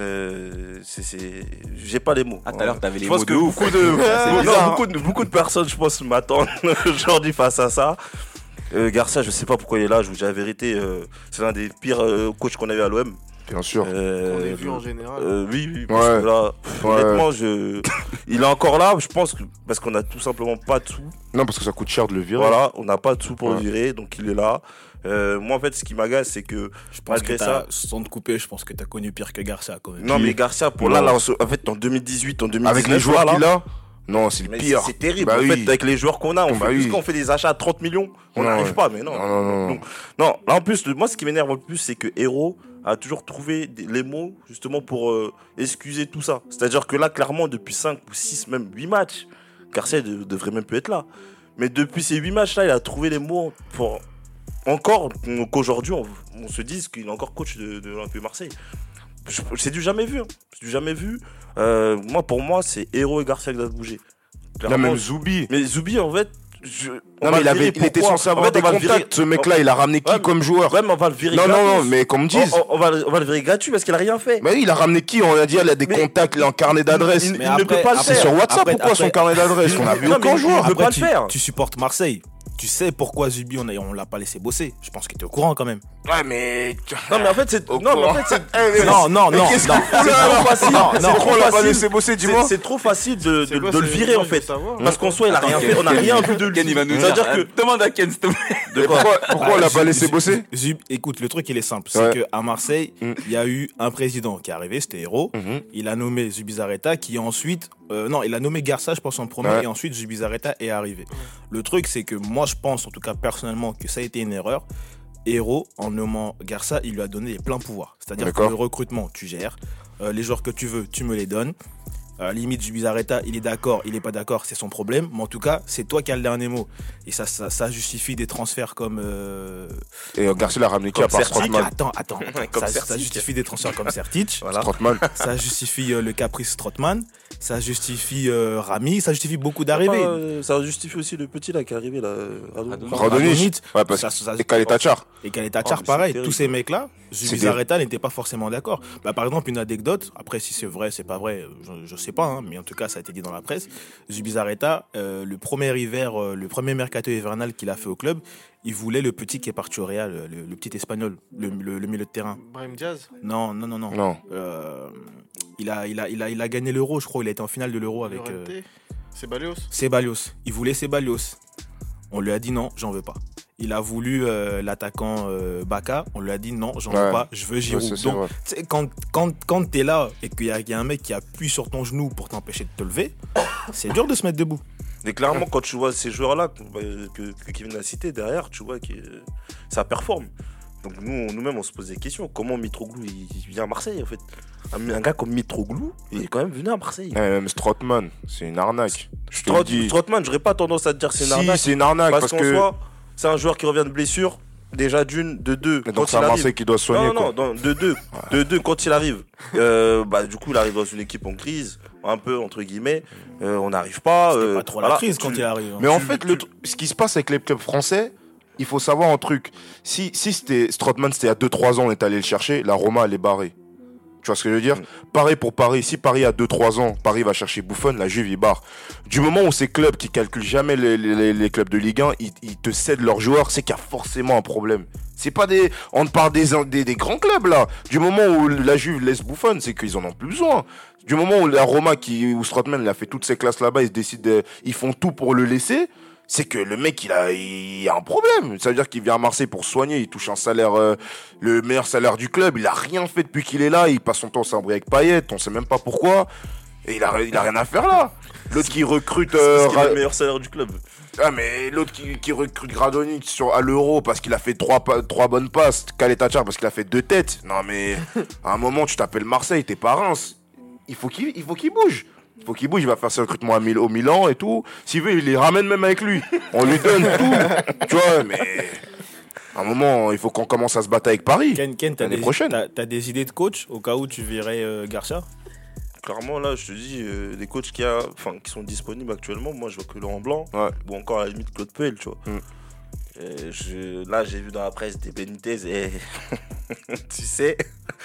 euh, c'est, c'est... J'ai pas les mots. Ah, tout à l'heure, t'avais les Je pense mots que de ouf. beaucoup de, C'est non, bizarre, beaucoup, de, beaucoup de personnes, je pense, m'attendent aujourd'hui face à ça. Euh, Garcia, je sais pas pourquoi il est là, je vous dis la vérité. Euh, c'est l'un des pires euh, coachs qu'on a eu à l'O M. Bien sûr. Euh, On est vu en général. euh, oui, oui, parce Ouais. que là, pff, Ouais. honnêtement, je... il est encore là, je pense, que... parce qu'on a tout simplement pas tout. Non, parce que ça coûte cher de le virer. Voilà, on n'a pas tout pour Ouais. le virer, donc il est là. Euh, moi, en fait, ce qui m'agace, c'est que Je pense malgré que ça. t'as, sans te couper, je pense que t'as connu pire que Garcia quand même. Non, Qui- mais Garcia, pour Non. là, là, en se- en fait, en deux mille dix-huit, en deux mille dix-neuf, Avec les joueurs là, qu'il a, non, c'est le mais pire. c'est, c'est terrible. Bah en oui. fait, avec les joueurs qu'on a, on Bah fait oui. plus qu'on fait des achats à trente millions, on Non, n'arrive ouais. pas, mais non. Non, non, non. Donc, non, là, en plus, le- moi, ce qui m'énerve le plus, c'est que Hero a toujours trouvé des- les mots, justement, pour euh, excuser tout ça. C'est-à-dire que là, clairement, depuis cinq ou six, même huit matchs, Garcia ne devrait même plus être là. Mais depuis ces huit matchs-là, il a trouvé les mots pour encore qu'aujourd'hui, on, on se dise qu'il est encore coach de, de l'Olympique de Marseille. Je- C'est du jamais vu. Hein. C'est du jamais vu. Euh, moi, pour moi, c'est Hero et Garcia qui doivent bouger. Là, Clairement, même Zoubi. mais Zoubi, en fait, je, on Non, va mais il, le avait, virer. il était Pourquoi censé avoir En fait, des on va le contacts. virer- Ce mec-là, il a ramené qui Ouais, comme joueur Ouais, mais on va le virer. Non, non, non, gratos. mais comme me disent. On, on- on va, le- on va le virer gratuit parce qu'il a rien fait. Bah oui, il a ramené qui? On a dit, il a des Mais- contacts, il a un carnet d'adresses. Il, il Mais ne après- peut pas le après- C'est faire. sur WhatsApp après- ou quoi son après- carnet d'adresses? On a vu Non, aucun mais joueur. il veut Après, pas le tu, faire. tu supportes Marseille. Tu sais pourquoi Zubi, on, a- on l'a pas laissé bosser. Je pense qu'il était au courant quand même. Ouais, mais. Non, mais en fait, c'est. Au Non, mais en courant. fait, c'est. Eh, mais- Non, non, non, non. qu'est-ce C'est qu'il fout là, trop alors facile. Non, C'est non. trop, on l'a pas facile. laissé bosser, C'est, dis-moi. c'est trop facile de, C'est de, quoi, de le c'est- virer moi, en je veux fait. savoir. Parce qu'en soi, il a rien fait. On n'a rien vu de lui. Ken, il va nous dire. C'est-à-dire que. euh, Demande à Ken, s'il te plaît. De Mais quoi Pourquoi, pourquoi on l'a pas Zub- laissé Zub- bosser? Zub- écoute, le truc il est simple, Ouais. c'est qu'à Marseille, Mm. il y a eu un président qui est arrivé, c'était Hero. Mhm. Il a nommé Zubizarreta qui ensuite, euh, non, il a nommé Garcia, je pense en premier, Ouais. et ensuite Zubizarreta est arrivé. Le truc c'est que moi je pense, en tout cas personnellement, que ça a été une erreur. Hero, en nommant Garcia, il lui a donné les pleins pouvoirs. C'est-à-dire que D'accord. le recrutement, tu gères. Euh, les joueurs que tu veux, tu me les donnes. À la limite, Zubizarreta, il est d'accord, il est pas d'accord, c'est son problème. Mais en tout cas, c'est toi qui as le dernier mot. Et ça, ça, ça justifie des transferts comme. euh, Et euh, Garcia l'a ramené qui à Comme part Sertic. Strootman? Attends, attends. attends. Comme ça, Sertic. ça justifie des transferts comme Sertic. Voilà. Strootman. Ça justifie euh, le caprice Strootman. Ça justifie euh, Rami. Ça justifie beaucoup d'arrivées. Euh, Ça justifie aussi le petit là qui est arrivé là. Radon. Radon. Radonjic. Radonjic. Ouais, parce Ça- ça- que. Et Kaletachar. Et Kaletachar, Oh, mais c'est pareil. terrible. Tous ces mecs-là, C'est Zubizarreta n'était pas forcément d'accord. Bah, par exemple, une anecdote. Après, si c'est vrai, c'est pas vrai, je, je sais pas. Hein, mais en tout cas, ça a été dit dans la presse. Zubizarreta, euh, le premier hiver, euh, le premier mercato hivernal qu'il a fait au club, il voulait le petit qui est parti au Real, le, le petit espagnol, le, le- le milieu de terrain. Brahim Diaz. Non, non, non, non. Non. Euh, il, a, il, a, il, a, il a gagné l'euro, je crois. Il a été en finale de l'euro avec euh, Llorente. C'est Baleos. Ceballos. Il voulait Ceballos. On lui a dit non, j'en veux pas. Il a voulu euh, l'attaquant euh, Baka. On lui a dit non, j'en veux Ouais. pas. Je veux Ouais, Giroud. c'est- c'est Donc, vrai. tu sais, quand, quand, quand t'es là et qu'il y a, il y a un mec qui appuie sur ton genou pour t'empêcher de te lever, c'est dur de se mettre debout. Mais clairement, quand tu vois ces joueurs-là que, que, que Kevin a cités derrière, tu vois que ça performe. Donc nous, nous-mêmes, on se pose des questions. Comment Mitroglou il, il vient à Marseille en fait un, un gars comme Mitroglou, il est quand même venu à Marseille. Ouais, même Strootman, c'est une arnaque. Je te le Strot- dis. Strootman, j'aurais pas tendance à te dire c'est une Si, arnaque. c'est une arnaque parce, parce qu'en que. soi, c'est un joueur qui revient de blessure. Déjà d'une, de deux. Mais quand donc c'est il à arrive- Marseille qui doit se soigner Non, non, quoi. non, de deux. De deux, quand il arrive. Euh, bah, du coup, il arrive dans une équipe en crise, un peu, entre guillemets. Euh, on n'arrive pas. C'était euh, pas trop la voilà. crise quand Tu- il arrive. hein. Mais en fait, le tr- ce qui se passe avec les clubs français, il faut savoir un truc. Si, si c'était Strootman, c'était il y a deux trois ans, on est allé le chercher, la Roma, elle est barrée. Tu vois ce que je veux dire? Mm. Pareil pour Paris. Si Paris a deux trois ans, Paris va chercher Buffon, la Juve, il barre. Du moment où ces clubs qui calculent jamais les, les, les clubs de Ligue un, ils, ils te cèdent leurs joueurs, c'est qu'il y a forcément un problème. C'est pas des, on parle des, des, des grands clubs là. Du moment où la Juve laisse Buffon, c'est qu'ils en ont plus besoin. Du moment où la Roma, qui, où Strootman, il a fait toutes ses classes là-bas, ils se décident, de- ils font tout pour le laisser. C'est que le mec, il a, il a un problème. Ça veut dire qu'il vient à Marseille pour se soigner. Il touche un salaire, euh, le meilleur salaire du club. Il a rien fait depuis qu'il est là. Il passe son temps à s'embrouiller avec Payet. On sait même pas pourquoi. Et il a, il a rien à faire là. L'autre qui recrute, C'est euh, parce qu'il a Ra- le meilleur salaire du club. ah mais l'autre qui, qui recrute Gradonic sur à l'Euro parce qu'il a fait trois pa- trois bonnes passes. Kaletachar parce qu'il a fait deux têtes. Non mais à un moment tu t'appelles Marseille, t'es pas Reims. Il faut qu'il, il faut qu'il bouge. Il faut qu'il bouge, il va faire ses recrutements à Mil- au Milan et tout. S'il veut, il les ramène même avec lui. On lui donne tout. Tu vois, mais à un moment, il faut qu'on commence à se battre avec Paris. Ken, Ken, t'as L'année des, prochaine. t'as- t'as des idées de coach au cas où tu verrais euh, Garcia? Clairement, là, je te dis, euh, les coachs qui, a, enfin, qui sont disponibles actuellement, moi, je vois que Laurent Blanc, Ouais. ou encore à la limite Claude Puel, tu vois. Mm. Euh, je, là, j'ai vu dans la presse des Benitez et tu sais,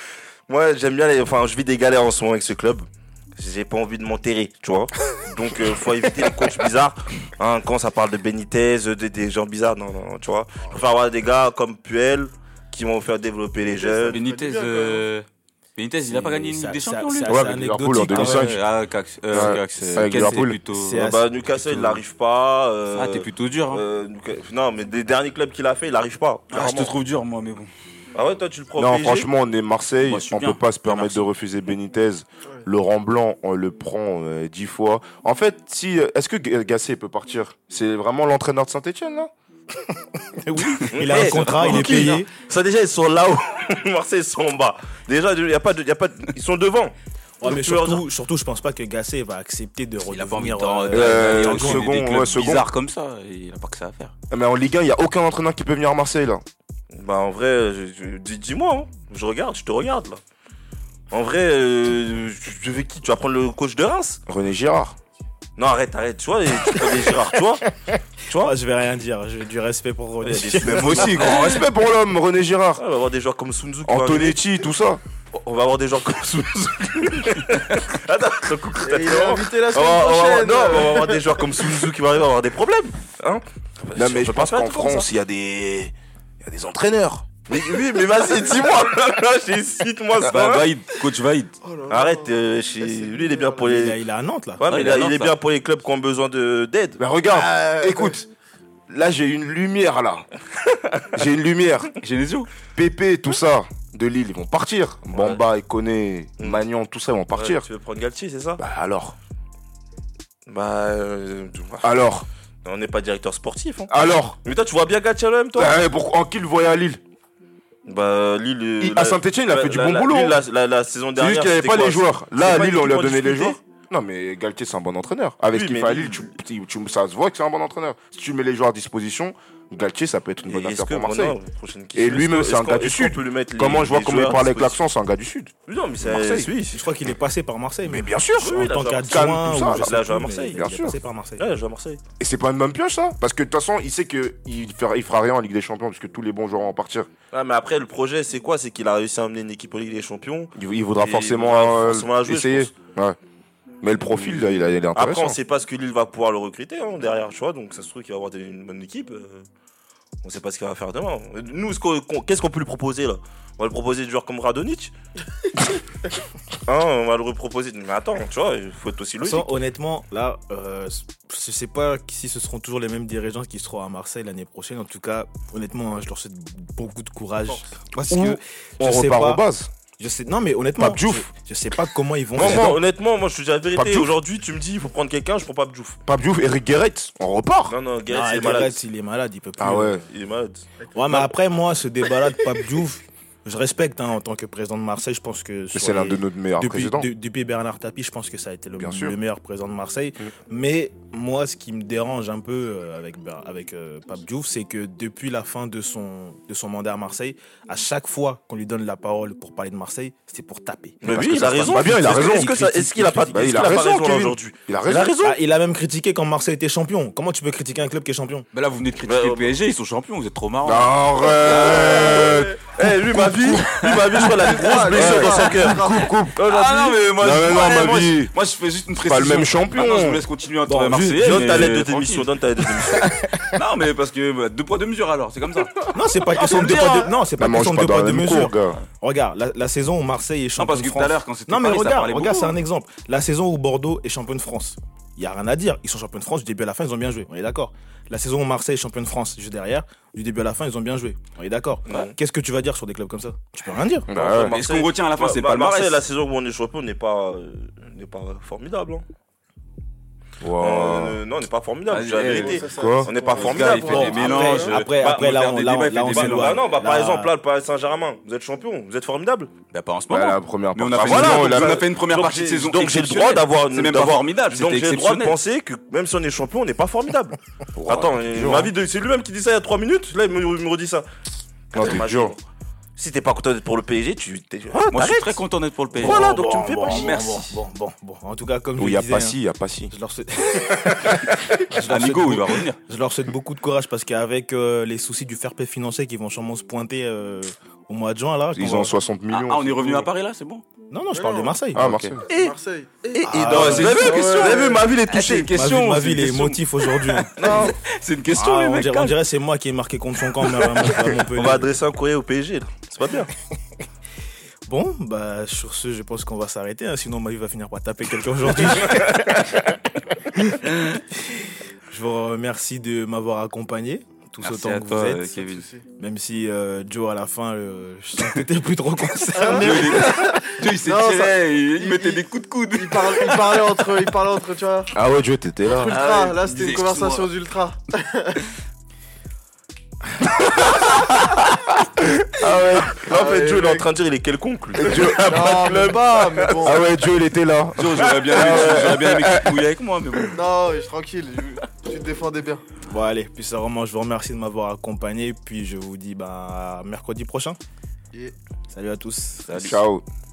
Moi, j'aime bien les. Enfin, je vis des galères en ce moment avec ce club. J'ai pas envie de m'enterrer, tu vois. Donc, euh, faut éviter les coachs bizarres. Hein, quand ça parle de Benitez, de, des gens bizarres, non, non, tu vois. Je préfère avoir des gars comme Puel qui vont faire développer les jeunes. Benitez, euh... Benitez, il a pas gagné une Ça- Ligue des ça- Champions, lui. c'est Ouais, assez avec Liverpool en anecdotique, deux mille quand cinq. même. Ah, Cax, euh, Ouais. Cax, euh, Avec Cax, Liverpool. c'est plutôt. C'est Euh, assez- bah, Newcastle, il n'arrive pas. euh, Ah, t'es plutôt dur. Hein. euh, Newca- non, mais des derniers clubs qu'il a fait, il n'arrive pas. Ah, je te clairement. trouve dur, moi, mais bon. Ah ouais, toi, tu le prends au Non, P S G? franchement, on est Marseille, Moi, je suis on bien. peut pas se permettre Merci. de refuser Benitez. Laurent Blanc, on le prend euh, dix fois. En fait, si, euh, est-ce que G- Gasset peut partir? C'est vraiment l'entraîneur de Saint-Etienne, là? Oui, il a un Eh, contrat, il est ok, payé. Ça, déjà, ils sont là-haut. Marseille, ils sont en bas. Déjà, il y a pas de, y a pas de- ils sont devant. Ouais, Donc, mais tu leur dis- surtout, surtout, je pense pas que Gasset va accepter de Il a pas envie redevenir. de euh, Euh, d'aller en second, des clubs ouais, second. bizarres comme ça. Il a pas que ça à faire. Mais en Ligue un, il n'y a aucun entraîneur qui peut venir à Marseille, là. Bah, en vrai, je- je- dis- dis-moi. Hein. Je regarde, je te regarde, là. En vrai, euh, tu, tu veux qui? Tu vas prendre le coach de Reims? René Girard. Non, arrête, arrête. Tu vois, les- tu prends des Girard, tu vois? Tu vois? Ah, je vais rien dire, j'ai du respect pour René. Il y a des- Même aussi, grand respect pour l'homme, René Girard. Ah, on va avoir des joueurs comme Sun Tzu qui vont arriver. Antonetti, tout ça. On va avoir des joueurs comme Sun Tzu. Attends, ton coucou, t'as Et il fait est vraiment. invité la On semaine va, on va avoir, prochaine. non, on va avoir des joueurs comme Sun Tzu qui vont arriver, on va avoir des problèmes. Hein? Non, mais On je peut pas pense faire qu'en tout comme ça. France, il y a des. Il y a des entraîneurs. Mais oui, mais vas-y, dis-moi. J'ai- Cite-moi ça. Bah, Vaïd, coach Vaïd. Arrête, euh, chez- lui, il est bien pour Il les. est- il est à Nantes là. Ouais, mais Ouais, il, il est a- à il Nantes, est là. bien pour les clubs qui ont besoin de- d'aide. Mais regarde, Euh, écoute. Là, j'ai une lumière, là. J'ai une lumière. Genesio. Pépé, tout ça, de Lille, ils vont partir. Bamba, Ikoné, Magnon, tout ça, ils vont partir. Ouais, tu veux prendre Galtier, c'est ça? Bah alors. Bah. euh, Alors. on n'est pas directeur sportif. Hein. Alors. Mais toi, tu vois bien Galtier à l'O M, toi? Bah, pourquoi, en qui le voyait à Lille? Bah, Lille. euh, Il- la- à Saint-Etienne, il a la- fait du la- bon la- boulot. Lille, la, la, la saison C'est dernière. juste qu'il n'y avait c'était pas quoi? les joueurs. C'est Là, pas à une Lille, on lui a équipe en donné les difficulté. joueurs. Non, mais Galtier, c'est un bon entraîneur. Avec Oui, ce qu'il mais- fait à Lille, tu, tu- tu- ça se voit que c'est un bon entraîneur. Si tu mets les joueurs à disposition, Galtier, ça peut être une bonne Et est-ce affaire que, pour Marseille. bon, non, prochaine Et question, lui-même, est-ce c'est un qu'on- gars du est-ce qu'on Sud. peut lui mettre les- Comment je vois les comment il joueurs à parle avec disposition? l'accent, c'est un gars du Sud. Non, mais c'est Marseille. oui. Je crois qu'il est passé par Marseille. Mais bien sûr. Oui, En il a tant joué à qu'adjoint, Cannes, tout ça, ou je il a sais joué à plus, mais Marseille, il bien est sûr. passé par Marseille. Ouais, il a joué à Marseille. Et c'est pas une bonne pioche, ça. Parce que de toute façon, il sait qu'il fera, il fera rien en Ligue des Champions, parce que tous les bons joueurs vont partir. Ah, mais après, le projet, c'est quoi? C'est qu'il a réussi à amener une équipe en Ligue des Champions. Il, il voudra Et forcément, il voudra euh, forcément la jouer, essayer. je Ouais. Mais le profil, là, il, a- il est Après, intéressant. on sait pas ce que Lille va pouvoir le recruter hein, derrière, tu vois. Donc, ça se trouve qu'il va avoir des- une bonne équipe. euh, On sait pas ce qu'il va faire demain. Nous, ce qu'on- qu'on- qu'est-ce qu'on peut lui proposer là? On va lui proposer des joueurs comme Radonic. Hein, on va lui proposer. Mais attends, tu vois, il faut être aussi De toute logique. façon, honnêtement, là, euh, je sais pas si ce seront toujours les mêmes dirigeants qui seront à Marseille l'année prochaine. En tout cas, honnêtement, hein, je leur souhaite beaucoup de courage. Parce Ou que je On sais repart pas. aux bases. Je sais, non, mais honnêtement, Pape Diouf. je, je sais pas comment ils vont Non, faire. moi, honnêtement, moi, je te dis la Pape vérité. Diouf. Aujourd'hui, tu me dis, il faut prendre quelqu'un, je prends pas Diouf. Pape Diouf, Eric Guéret, on repart. Non, non, Non, Gareth, il est Guéret, malade. il est malade, il peut plus. Ah ouais. Il est malade. Ouais, mais après, moi, ce débat-là de Pape Diouf, je respecte hein, en tant que président de Marseille. Je pense que. Mais sur c'est l'un les- de nos meilleurs depuis, présidents. de- depuis Bernard Tapie, je pense que ça a été le, Bien sûr. le meilleur président de Marseille. Mm. Mais moi, ce qui me dérange un peu euh, avec, Ber- avec euh, Pape Diouf, c'est que depuis la fin de son, de son mandat à Marseille, à chaque fois qu'on lui donne la parole pour parler de Marseille, c'est pour taper. Mais Parce oui, que il ça a se passe raison. pas bien, il a Est-ce que- raison. Est-ce que ça- est-ce qu'il a pas Bah, est-ce il a qu'il a pas raison, raison là, Kevin. aujourd'hui? Il a Il a raison. raison. Ah, il a même critiqué quand Marseille était champion. Comment tu peux critiquer un club qui est champion? Bah là, vous venez de critiquer Bah, le P S G, ils sont champions, vous êtes trop marrants. Arrête. Eh, lui, ma vie, lui, ma vie, je crois, il a une grosse blessure dans son cœur. Coupe, coupe. Ah non, mais moi, Non, je, mais non, ouais, ma moi, vie. je, moi, je fais juste une Pas précision. le même champion. Maintenant, je vous laisse continuer à Bon, tourner juste- Marseillais. Donne ta mais lettre de tranquille. démission, donne ta lettre de démission. Non, mais parce que bah, deux poids, deux mesures alors, c'est comme ça. Non, c'est pas question faut de le deux dire, poids hein. de... Non, c'est pas Ne mange question de pas deux dans poids la de même mesure. cour, gars. Regarde, la, la saison où Marseille est Non, champion parce de que France. tout à l'heure, quand c'était Non, mais Paris, ça regarde, parlait regarde, beaucoup. c'est un exemple. La saison où Bordeaux est champion de France, il y a rien à dire. Ils sont champions de France du début à la fin, ils ont bien joué. On est d'accord. La saison où Marseille est champion de France, juste derrière, du début à la fin, ils ont bien joué. On est d'accord. Ouais. Qu'est-ce que tu vas dire sur des clubs comme ça? Tu peux rien dire. Bah ouais. Mais ce qu'on retient à la fin, c'est pas le Marseille, Marseille. la saison où on est champion n'est pas, euh, n'est pas formidable. Hein. Wow. Euh, non, on n'est pas formidable, Vas-y, c'est la eh, vérité. Quoi On n'est pas Ce gars, formidable. il fait Bon, des mélanges. Après, Bah, après, on va là, faire on, des là, débats, on, il là, fait on des Bah, mélanges. s'éloigne. bah non, bah, par Là- exemple, là, le Paris Saint-Germain, vous êtes champion, vous êtes formidable. Bah, pas en ce Bah, moment. la première Mais on a partie. fait une Ah, saison, voilà, on donc a ça- fait une première donc partie de j'ai- saison. donc j'ai le droit d'avoir une- C'est même pas d'avoir- formidable, Donc c'était j'ai le droit de exceptionnel. penser que même si on est champion, on n'est pas formidable. Attends, t'es euh, dur, ma hein. vie de- c'est lui-même qui dit ça il y a trois minutes, là il me, il me redit ça. Non, t'es Imagine. dur. Si t'es pas content d'être pour le P S G, tu t'es. Ah, Moi, je suis t'arrêtes. très content d'être pour le P S G. Voilà, donc tu me fais pas chier. Merci. Bon, bon, bon, bon. En tout cas, comme je Où il le y a disais, pas hein, si, il y a pas si. je leur souhaite... je, leur Amigo, souhaite il va beaucoup- revenir. je leur souhaite beaucoup de courage parce qu'avec euh, les soucis du fair play financier qui vont sûrement se pointer euh, au mois de juin là. Ils qu'on ont va- soixante Ah, millions. ah, on est revenu à Paris là, c'est bon. Non, non, je Mais parle non. de Marseille. Ah, Ok. Marseille. Et, Marseille. et, et, Ah, non, ouais, c'est c'est vous une avez vu, question. vous avez vu, ma ville est Ah, c'est touchée. une question. Ma c'est vie, une les question. motifs aujourd'hui. Non, C'est une question, Ah, les on, mecs. dirait, on calme. dirait c'est moi qui ai marqué contre son camp, mais à Mont- à Montpellier. on va adresser un courrier au P S G, là. C'est pas bien. Bon, bah sur ce, je pense qu'on va s'arrêter, hein, sinon ma vie va finir par taper quelqu'un aujourd'hui. Je vous remercie de m'avoir accompagné tout Merci ce temps à que toi, vous euh, êtes. Kevin. Même si euh, Joe à la fin, euh, je sens que t'étais plus trop concerné. Joe, il- Joe, il s'est Non, tiré, ça- il, il il- mettait il- des coups de coude. Il parlait, il parlait entre, il parlait entre, tu vois. Ah ouais, Joe, t'étais là. Ultra, Ah ouais, là il c'était une disait, conversation d'ultra. Ah ouais. Là, en Ah fait, ouais, Joe, il est en mec. train de dire il est quelconque, lui. Non, même pas, mais bon. Ah ouais, Joe, il était là. Joe, j'aurais bien aimé j'aurais bien aimé qu'il couille avec moi, mais bon. Non, je suis tranquille, je, je te défendais bien. Bon allez, puis ça vraiment, je vous remercie de m'avoir accompagné, puis je vous dis bah à mercredi prochain. Yeah. Salut à tous. Salut. Ciao.